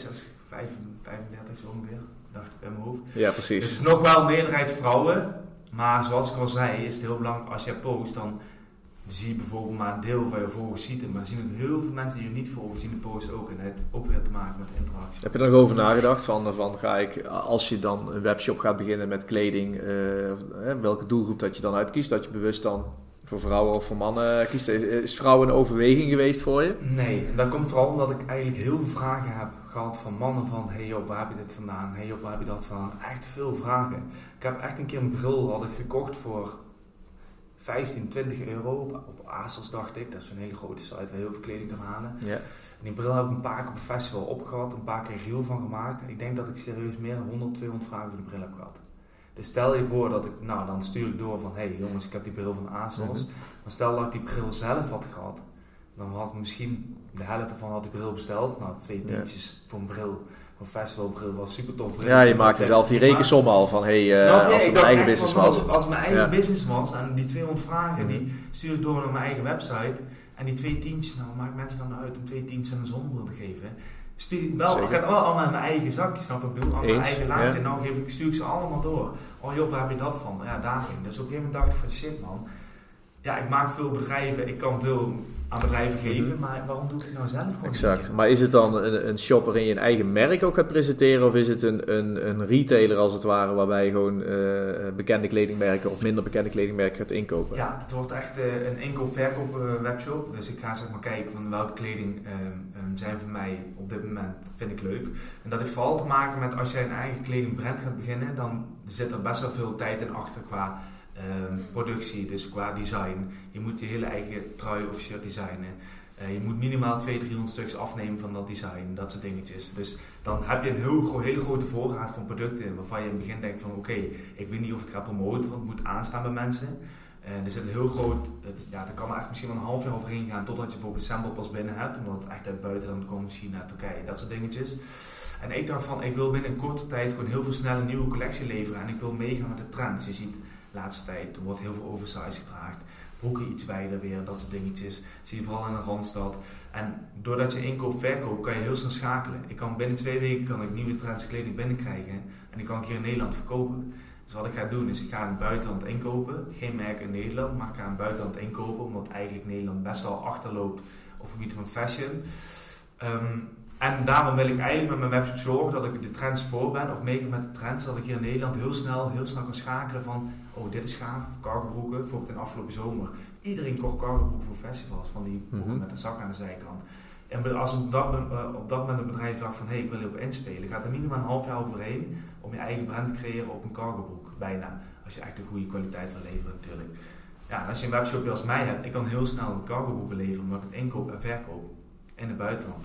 35 zo ongeveer, dacht ik in mijn hoofd. Ja, precies. Dus het is nog wel meerderheid vrouwen, maar zoals ik al zei, is het heel belangrijk als je post, dan zie je bijvoorbeeld maar een deel van je volgers ziet, maar er zien ook heel veel mensen die je niet volgen, zien de post ook. En dat heeft ook weer te maken met interactie. Heb je er nog over nagedacht van ga ik, als je dan een webshop gaat beginnen met kleding, welke doelgroep dat je dan uitkiest, dat je bewust dan voor vrouwen of voor mannen kiest? Is vrouwen een overweging geweest voor je? Nee, en dat komt vooral omdat ik eigenlijk heel veel vragen heb gehad van mannen van hey Job, waar heb je dit vandaan? Hey Job, waar heb je dat vandaan? Echt veel vragen. Ik heb echt een keer een bril had ik gekocht voor 15, 20 euro op ASOS, dacht ik. Dat is zo'n hele grote site waar heel veel kleding kan halen. Ja. En die bril heb ik een paar keer op een festival opgehad, een paar keer reel van gemaakt. En ik denk dat ik serieus meer dan 100, 200 vragen voor die bril heb gehad. Dus stel je voor dat ik, dan stuur ik door van hey jongens, ik heb die bril van ASOS. Maar stel dat ik die bril zelf had gehad, dan had ik misschien de helft ervan had die bril besteld. 2 tientjes voor een bril. Een festivalbril was super tof. Ja, je maakte zelf die rekensom al van als het mijn eigen business was. Als het mijn eigen business was en die 200 vragen, die stuur ik door naar mijn eigen website. En die 2 tientjes, maakt mensen dan uit om 2 tientjes aan een zonnebril te geven. Ik ga het allemaal in mijn eigen zakje, snap ik bedoel? Aan mijn eigen laadje. En stuur ik ze allemaal door. Oh joh, waar heb je dat van? Ja, daarin. Dus op een gegeven moment dacht ik van shit man. Ja, ik maak veel bedrijven, ik kan veel aan bedrijven geven, maar waarom doe ik het nou zelf gewoon? Exact. Maar is het dan een shop waarin je een eigen merk ook gaat presenteren, of is het een retailer als het ware, waarbij je gewoon bekende kledingmerken of minder bekende kledingmerken gaat inkopen? Ja, het wordt echt een inkoop-verkoop webshop. Dus ik ga zeg maar kijken van welke kleding zijn voor mij op dit moment, vind ik leuk. En dat heeft vooral te maken met als jij een eigen kledingbrand gaat beginnen, dan zit er best wel veel tijd in achter qua productie, dus qua design. Je moet je hele eigen trui of shirt designen. Je moet minimaal 200-300 stuks afnemen van dat design, dat soort dingetjes. Dus dan heb je een hele grote voorraad van producten waarvan je in het begin denkt van oké, ik weet niet of het gaat promoten, want het moet aanstaan bij mensen. Er zit een heel groot, daar kan er echt misschien wel een half jaar overheen gaan totdat je bijvoorbeeld een sample pas binnen hebt, omdat het echt uit buitenland komt, China, Turkije, dat soort dingetjes. En ik dacht van, ik wil binnen een korte tijd gewoon heel veel snel een nieuwe collectie leveren en ik wil meegaan met de trends. Je ziet de laatste tijd, er wordt heel veel oversize gedraagd, broeken iets wijder weer, dat soort dingetjes. Zie je vooral in de Randstad. En doordat je inkoop-verkoop kan je heel snel schakelen. Ik kan binnen 2 weken nieuwe trends kleding binnenkrijgen en die kan ik hier in Nederland verkopen. Dus wat ik ga doen is, ik ga in het buitenland inkopen. Geen merk in Nederland, maar ik ga in het buitenland inkopen. Omdat eigenlijk Nederland best wel achterloopt op het gebied van fashion. En daarom wil ik eigenlijk met mijn webshop zorgen dat ik de trends voor ben. Of meegaan met de trends. Dat ik hier in Nederland heel snel kan schakelen van... Oh, dit is gaaf. Cargobroeken. Bijvoorbeeld in de afgelopen zomer. Iedereen kocht cargobroeken voor festivals. Van die broeken met een zak aan de zijkant. En als op dat moment een bedrijf dacht van... Hey, ik wil hierop inspelen. Gaat er minimaal een half jaar overheen om je eigen brand te creëren op een cargobroek. Bijna. Als je echt een goede kwaliteit wil leveren natuurlijk. Ja, en als je een webshop als mij hebt, ik kan heel snel cargobroeken leveren, omdat ik het inkoop en verkoop in het buitenland.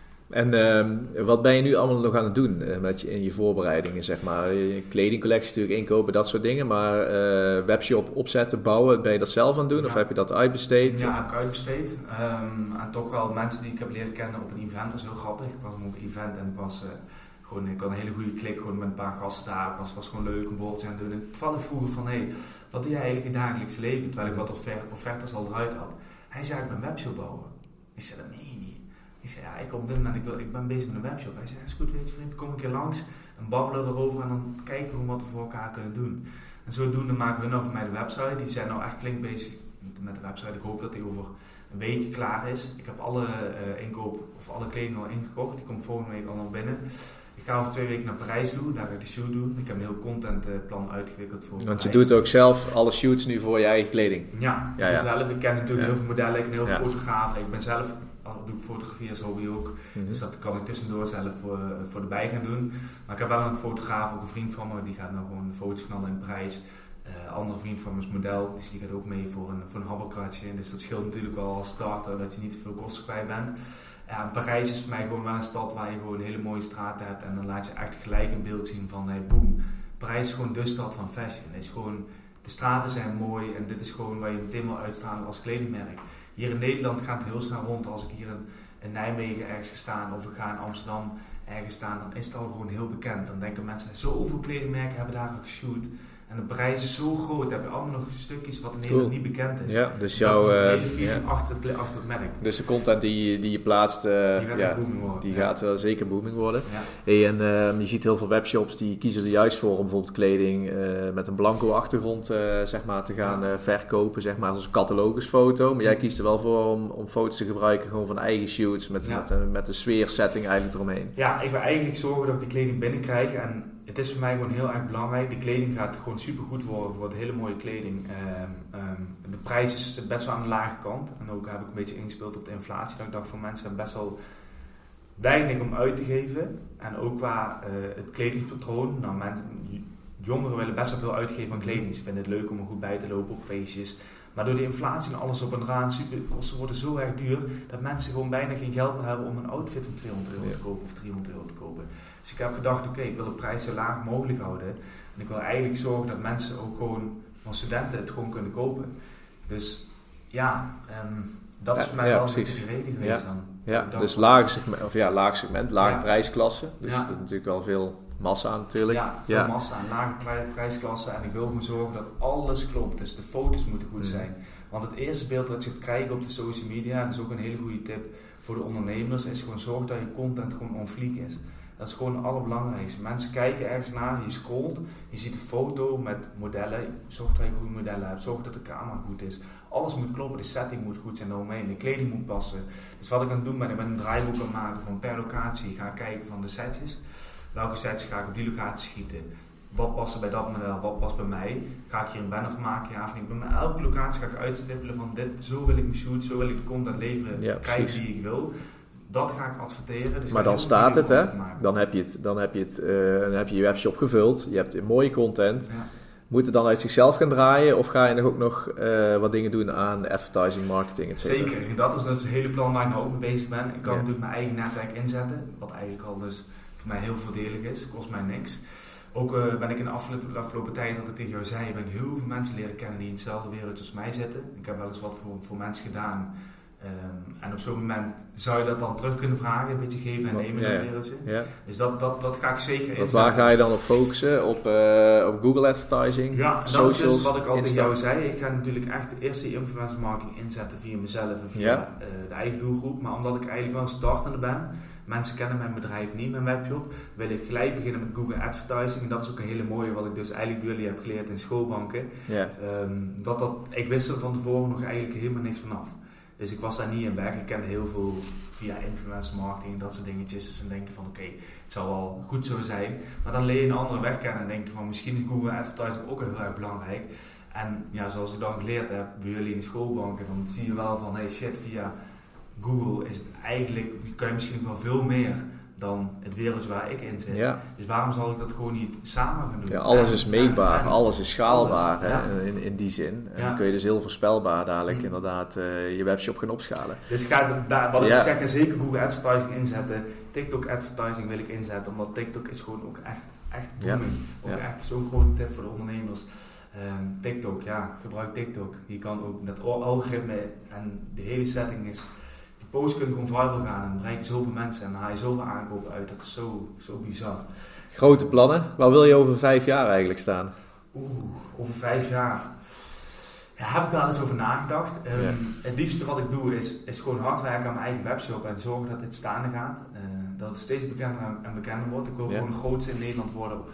En wat ben je nu allemaal nog aan het doen in je voorbereidingen, zeg maar? Je kledingcollectie natuurlijk inkopen, dat soort dingen, maar webshop opzetten, bouwen, ben je dat zelf aan het doen of heb je dat uitbesteed? Ja, heb ik uitbesteed. En toch wel mensen die ik heb leren kennen op een event, dat is heel grappig. Ik was op een event en ik had een hele goede klik gewoon met een paar gasten daar. Het was gewoon leuk, een borreltje aan het doen. En toevallig vroeg ik van, wat doe jij eigenlijk in het dagelijks leven? Terwijl ik wat offertes al eruit had. Hij zei, ik ben webshop bouwen. Ik zei, dat meen je niet. Ik zei, ja, ik ben bezig met een webshop. Hij zei, ja, is goed, weet je vriend, kom een keer langs en babbelen erover en dan kijken we wat we voor elkaar kunnen doen. En zodoende maken hun over mij de website. Die zijn nou echt flink bezig met de website. Ik hoop dat die over een week klaar is. Ik heb alle inkoop of alle kleding al ingekocht. Die komt volgende week al nog binnen. Ik ga over 2 weken naar Parijs toe, daar ga ik de shoot doen. Ik heb een heel contentplan uitgewikkeld voor Want je doet ook zelf alle shoots nu voor je eigen kleding? Ja. Zelf. Ik ken natuurlijk heel veel modellen, ik ken heel veel fotografen. Ik ben zelf, doe ik fotografie als hobby ook. Dus dat kan ik tussendoor zelf voor de bij gaan doen. Maar ik heb wel een fotograaf, ook een vriend van me, die gaat nou gewoon foto's knallen in Parijs. Andere vriend van me is model, dus die gaat ook mee voor een habberkratje. Dus dat scheelt natuurlijk wel als starter, dat je niet veel kosten kwijt bent. Ja, Parijs is voor mij gewoon wel een stad waar je gewoon hele mooie straten hebt en dan laat je echt gelijk een beeld zien van boom. Parijs is gewoon de stad van fashion. Het is gewoon, de straten zijn mooi en dit is gewoon waar je meteen wil uitstralen als kledingmerk. Hier in Nederland gaat het heel snel rond. Als ik hier in Nijmegen ergens ga staan of ik ga in Amsterdam ergens staan, dan is het al gewoon heel bekend. Dan denken mensen, zoveel kledingmerken hebben daar geshoot. En de prijs is zo groot. Dan heb je allemaal nog stukjes wat in Nederland niet bekend is. Ja, dus jouw achter het merk. Dus de content die je plaatst, die gaat wel zeker booming worden. Ja. Hey, en je ziet heel veel webshops die kiezen er juist voor om bijvoorbeeld kleding met een blanco achtergrond zeg maar, te gaan verkopen, zeg maar, als een catalogusfoto. Maar jij kiest er wel voor om foto's te gebruiken gewoon van eigen shoots met de sfeersetting eigenlijk eromheen. Ja, ik wil eigenlijk zorgen dat ik die kleding binnenkrijg. En het is voor mij gewoon heel erg belangrijk. De kleding gaat gewoon super goed worden. Wordt hele mooie kleding. De prijs is best wel aan de lage kant. En ook heb ik een beetje ingespeeld op de inflatie. Dat ik dacht van mensen hebben best wel weinig om uit te geven. En ook qua het kledingspatroon. Nou, jongeren willen best wel veel uitgeven aan kleding. Ze vinden het leuk om er goed bij te lopen op feestjes. Maar door de inflatie en alles op en eraan, superkosten worden zo erg duur, dat mensen gewoon bijna geen geld meer hebben om een outfit van €200 te kopen of €300 te kopen. Dus ik heb gedacht, oké, ik wil de prijs zo laag mogelijk houden. En ik wil eigenlijk zorgen dat mensen ook gewoon, van studenten, het gewoon kunnen kopen. Dus ja, dat is voor mij wel een beetje de reden geweest dan. Ja, dus laag segment, lage prijsklasse. Dus dat is natuurlijk wel veel massa natuurlijk. Ja, veel massa en lage prijsklasse. En ik wil gewoon zorgen dat alles klopt. Dus de foto's moeten goed zijn. Want het eerste beeld wat je gaat krijgen op de social media, dat is ook een hele goede tip voor de ondernemers, is gewoon zorg dat je content gewoon on fleek is. Dat is gewoon het allerbelangrijkste. Mensen kijken ergens naar, je scrolt, je ziet een foto met modellen. Zorg dat je goede modellen hebt, zorg dat de camera goed is. Alles moet kloppen, de setting moet goed zijn daaromheen, de kleding moet passen. Dus wat ik aan het doen ben, ik ben een draaiboek aan het maken van per locatie. Ga kijken van de setjes. Welke sets ga ik op die locatie schieten? Wat past er bij dat model? Wat past bij mij? Ga ik hier een banner van maken? Ja of niet? Bij elke locatie ga ik uitstippelen van zo wil ik mijn shoot, zo wil ik de content leveren, krijgen die ik wil. Dat ga ik adverteren. Dus maar dan staat het, hè? Dan heb je je webshop gevuld. Je hebt mooie content. Ja. Moet het dan uit zichzelf gaan draaien? Of ga je nog ook nog wat dingen doen aan advertising, marketing, etc.? Zeker. Dat is het hele plan waar ik nou ook mee bezig ben. Ik kan natuurlijk mijn eigen netwerk inzetten. Wat eigenlijk al dus voor mij heel voordelig is. Kost mij niks. Ook ben ik in de afgelopen tijd, dat ik tegen jou zei, ben ik heel veel mensen leren kennen die in hetzelfde wereld als mij zitten. Ik heb wel eens wat voor mensen gedaan. En op zo'n moment zou je dat dan terug kunnen vragen, een beetje geven en nemen in dat wereldje. Ja. Dus dat ga ik zeker inzetten. Waar ga je dan op focussen? Op Google advertising? Ja, dat is dus wat ik al tegen jou zei. Ik ga natuurlijk echt eerst die influencer marketing inzetten via mezelf en via de eigen doelgroep. Maar omdat ik eigenlijk wel startende ben, mensen kennen mijn bedrijf niet, mijn webshop, wil ik gelijk beginnen met Google advertising. En dat is ook een hele mooie wat ik dus eigenlijk bij jullie heb geleerd in schoolbanken. Ja. Ik wist er van tevoren nog eigenlijk helemaal niks vanaf. Dus ik was daar niet in weg. Ik kende heel veel via influencer marketing en dat soort dingetjes. Dus dan denk je van oké, het zal wel goed zo zijn. Maar dan leer je een andere weg kennen en denk je van misschien is Google advertising ook heel erg belangrijk. En ja, zoals ik dan geleerd heb bij jullie in de schoolbanken, dan zie je wel van hey shit, via Google is het eigenlijk, kan je misschien wel veel meer dan het wereldje waar ik in zit. Ja. Dus waarom zal ik dat gewoon niet samen gaan doen? Ja, alles is meetbaar, alles is schaalbaar in die zin. En dan kun je dus heel voorspelbaar dadelijk inderdaad je webshop gaan opschalen. Dus ik ga wat ik zeg, zeker Google advertising inzetten. TikTok advertising wil ik inzetten, omdat TikTok is gewoon ook echt booming. Ook echt zo'n grote tip voor de ondernemers. TikTok, gebruik TikTok. Je kan ook dat algoritme en de hele setting is. Posts kunnen gewoon viral gaan en bereiken zoveel mensen en dan haal je zoveel aankopen uit. Dat is zo bizar. Grote plannen. Waar wil je over 5 jaar eigenlijk staan? Over 5 jaar. Ja, heb ik wel eens over nagedacht. Het liefste wat ik doe is gewoon hard werken aan mijn eigen webshop en zorgen dat het staande gaat. Dat het steeds bekender en bekender wordt. Ik wil gewoon de grootste in Nederland worden op het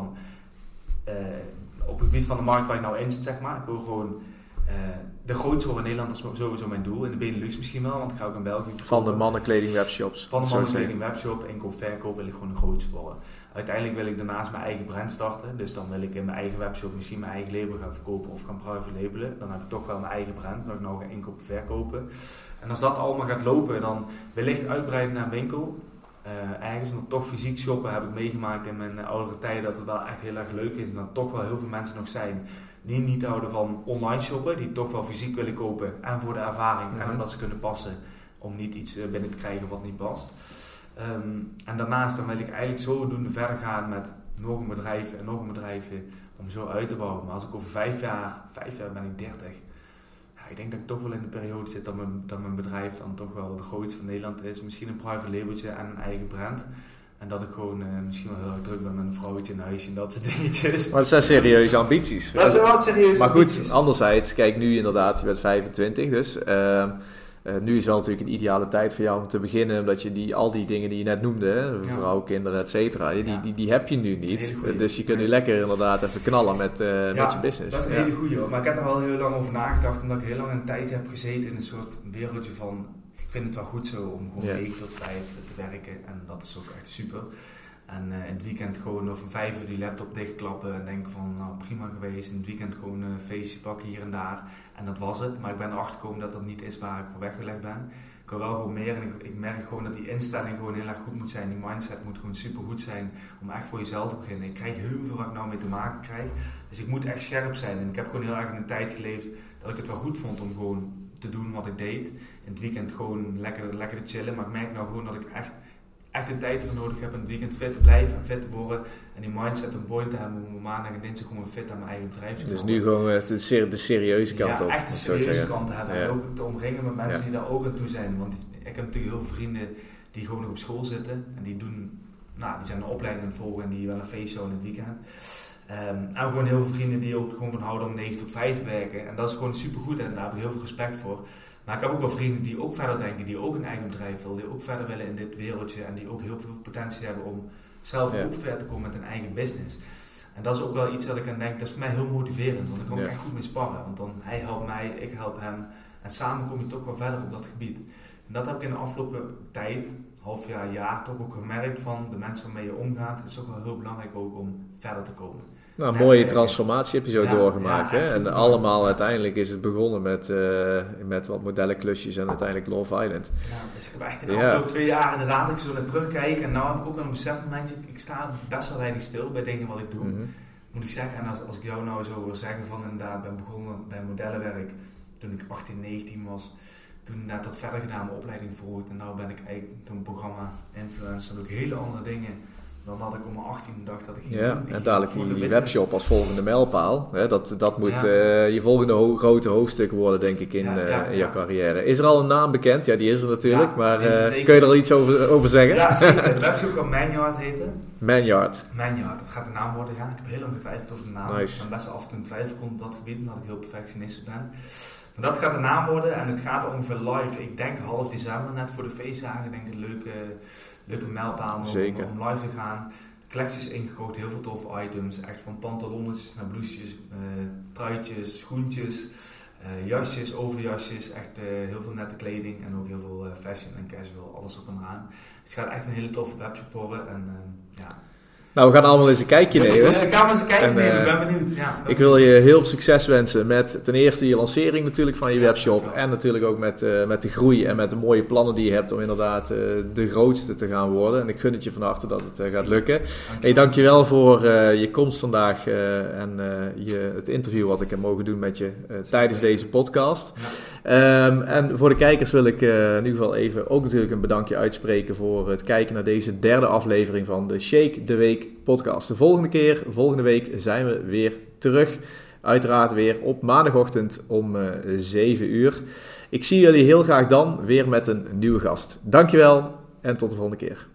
gebied van de markt waar ik nou in zit, zeg maar. Ik wil gewoon de grootste worden in Nederland, dat is sowieso mijn doel. In de Benelux misschien wel, want ik ga ook in België. Van de mannenkleding webshops. Van de mannenkleding webshop, inkoop, verkoop wil ik gewoon de grootste worden. Uiteindelijk wil ik daarnaast mijn eigen brand starten. Dus dan wil ik in mijn eigen webshop misschien mijn eigen label gaan verkopen of gaan private labelen. Dan heb ik toch wel mijn eigen brand, waar ik nou ga inkopen, verkopen. En als dat allemaal gaat lopen, dan wellicht uitbreiden naar een winkel. Ergens, maar toch fysiek shoppen heb ik meegemaakt in mijn oudere tijden dat het wel echt heel erg leuk is. En dat toch wel heel veel mensen nog zijn die niet houden van online shoppen, die toch wel fysiek willen kopen en voor de ervaring en omdat ze kunnen passen om niet iets binnen te krijgen wat niet past. En daarnaast dan wil ik eigenlijk zodoende verder gaan met nog een bedrijf en nog een bedrijf om zo uit te bouwen. Maar als ik over 5 jaar ben ik 30. Ja, ik denk dat ik toch wel in de periode zit dat mijn bedrijf dan toch wel de grootste van Nederland is. Misschien een private labeltje en een eigen brand. En dat ik gewoon misschien wel heel erg druk ben met een vrouwtje in huisje en dat soort dingetjes. Maar dat zijn serieuze ambities. Dat zijn wel serieuze ambities. Maar goed, anderzijds, kijk nu inderdaad, je bent 25 dus. Nu is wel natuurlijk een ideale tijd voor jou om te beginnen, omdat je al die dingen die je net noemde, hè, vrouw, kinderen, et cetera, die heb je nu niet. Dus je kunt nu lekker inderdaad even knallen met je business. Dat is een hele goeie hoor. Maar ik heb er wel heel lang over nagedacht, omdat ik heel lang een tijdje heb gezeten in een soort wereldje van, ik vind het wel goed zo om gewoon 9 tot 5 te werken en dat is ook echt super. En in het weekend gewoon of om 5 uur die laptop dichtklappen en denk van nou prima geweest. In het weekend gewoon een feestje pakken hier en daar. En dat was het. Maar ik ben erachter gekomen dat dat niet is waar ik voor weggelegd ben. Ik wil wel gewoon meer en ik merk gewoon dat die instelling gewoon heel erg goed moet zijn. Die mindset moet gewoon super goed zijn om echt voor jezelf te beginnen. Ik krijg heel veel waar ik nou mee te maken krijg. Dus ik moet echt scherp zijn. En ik heb gewoon heel erg in een tijd geleefd dat ik het wel goed vond om gewoon te doen wat ik deed. In het weekend gewoon lekker te chillen. Maar ik merk nou gewoon dat ik echt de tijd ervoor nodig heb in het weekend fit te blijven en fit te worden. En die mindset een point te hebben om maandag en dinsdag gewoon fit aan mijn eigen bedrijf te komen. Dus nu gewoon de serieuze kant op. Ja, echt de serieuze kant te hebben. En ook te omringen met mensen die daar ook aan toe zijn. Want ik heb natuurlijk heel veel vrienden die gewoon nog op school zitten. En die zijn een opleiding aan het volgen en die wel een feest zo in het weekend. En gewoon heel veel vrienden die ook gewoon van houden om 9 tot 5 te werken. En dat is gewoon supergoed en daar heb ik heel veel respect voor. Maar ik heb ook wel vrienden die ook verder denken, die ook een eigen bedrijf willen, die ook verder willen in dit wereldje en die ook heel veel potentie hebben om zelf ook verder te komen met een eigen business. En dat is ook wel iets dat ik aan denk, dat is voor mij heel motiverend, want ik kan echt goed mee sparren. Want dan hij helpt mij, ik help hem en samen kom je toch wel verder op dat gebied. En dat heb ik in de afgelopen tijd, half jaar, toch ook gemerkt van de mensen waarmee je omgaat. Het is ook wel heel belangrijk ook om verder te komen. Nou, een mooie transformatie heb je zo doorgemaakt. Hè? En allemaal uiteindelijk is het begonnen met wat modellenklusjes en uiteindelijk Love Island. Ja, dus ik heb echt in de afgelopen 2 jaar inderdaad, ik zo naar terugkijk en nou heb ik ook een besefmomentje, ik sta best wel weinig stil bij dingen wat ik doe. Moet ik zeggen, en als ik jou nou zo wil zeggen van inderdaad ben begonnen bij modellenwerk toen ik 18, 19 was. Toen inderdaad dat verder gedaan, mijn opleiding verhoogd en nu ben ik eigenlijk een programma influencer en ook hele andere dingen dan had ik om mijn 18 dacht dat ik ging doen. En dadelijk die webshop als volgende mijlpaal. Hè, dat moet je volgende grote hoofdstuk worden, denk ik, in je carrière. Is er al een naam bekend? Ja, die is er natuurlijk. Maar kun je er al iets over zeggen? Ja, zeker. De webshop kan Manyard heten. Manyard, dat gaat de naam worden. Ja, ik heb heel lang getwijfeld over de naam. Nice. Ik ben best wel af en toe in twijfel op dat gebied, omdat ik heel perfectionistisch ben. Maar dat gaat de naam worden en het gaat ongeveer live. Ik denk half december, net voor de feestdagen. Ik denk een leuke mijlpaal om live te gaan. Collecties ingegooid, heel veel toffe items. Echt van pantalonnetjes naar blouses, truitjes, schoentjes, jasjes, overjasjes. Echt heel veel nette kleding en ook heel veel fashion en casual, alles op en aan. Dus het gaat echt een hele toffe webshop worden. En nou, we gaan allemaal eens een kijkje nemen. Ik ben benieuwd. Ja, ik wil je heel veel succes wensen met ten eerste je lancering natuurlijk van je webshop. En natuurlijk ook met de groei en met de mooie plannen die je hebt om inderdaad de grootste te gaan worden. En ik gun het je van harte dat het gaat lukken. Dankjewel voor je komst vandaag en het interview wat ik heb mogen doen met je tijdens deze podcast. En voor de kijkers wil ik in ieder geval even ook natuurlijk een bedankje uitspreken voor het kijken naar deze 3e aflevering van de Shake the Week podcast. De volgende week zijn we weer terug. Uiteraard weer op maandagochtend om 7 uur. Ik zie jullie heel graag dan weer met een nieuwe gast. Dankjewel en tot de volgende keer.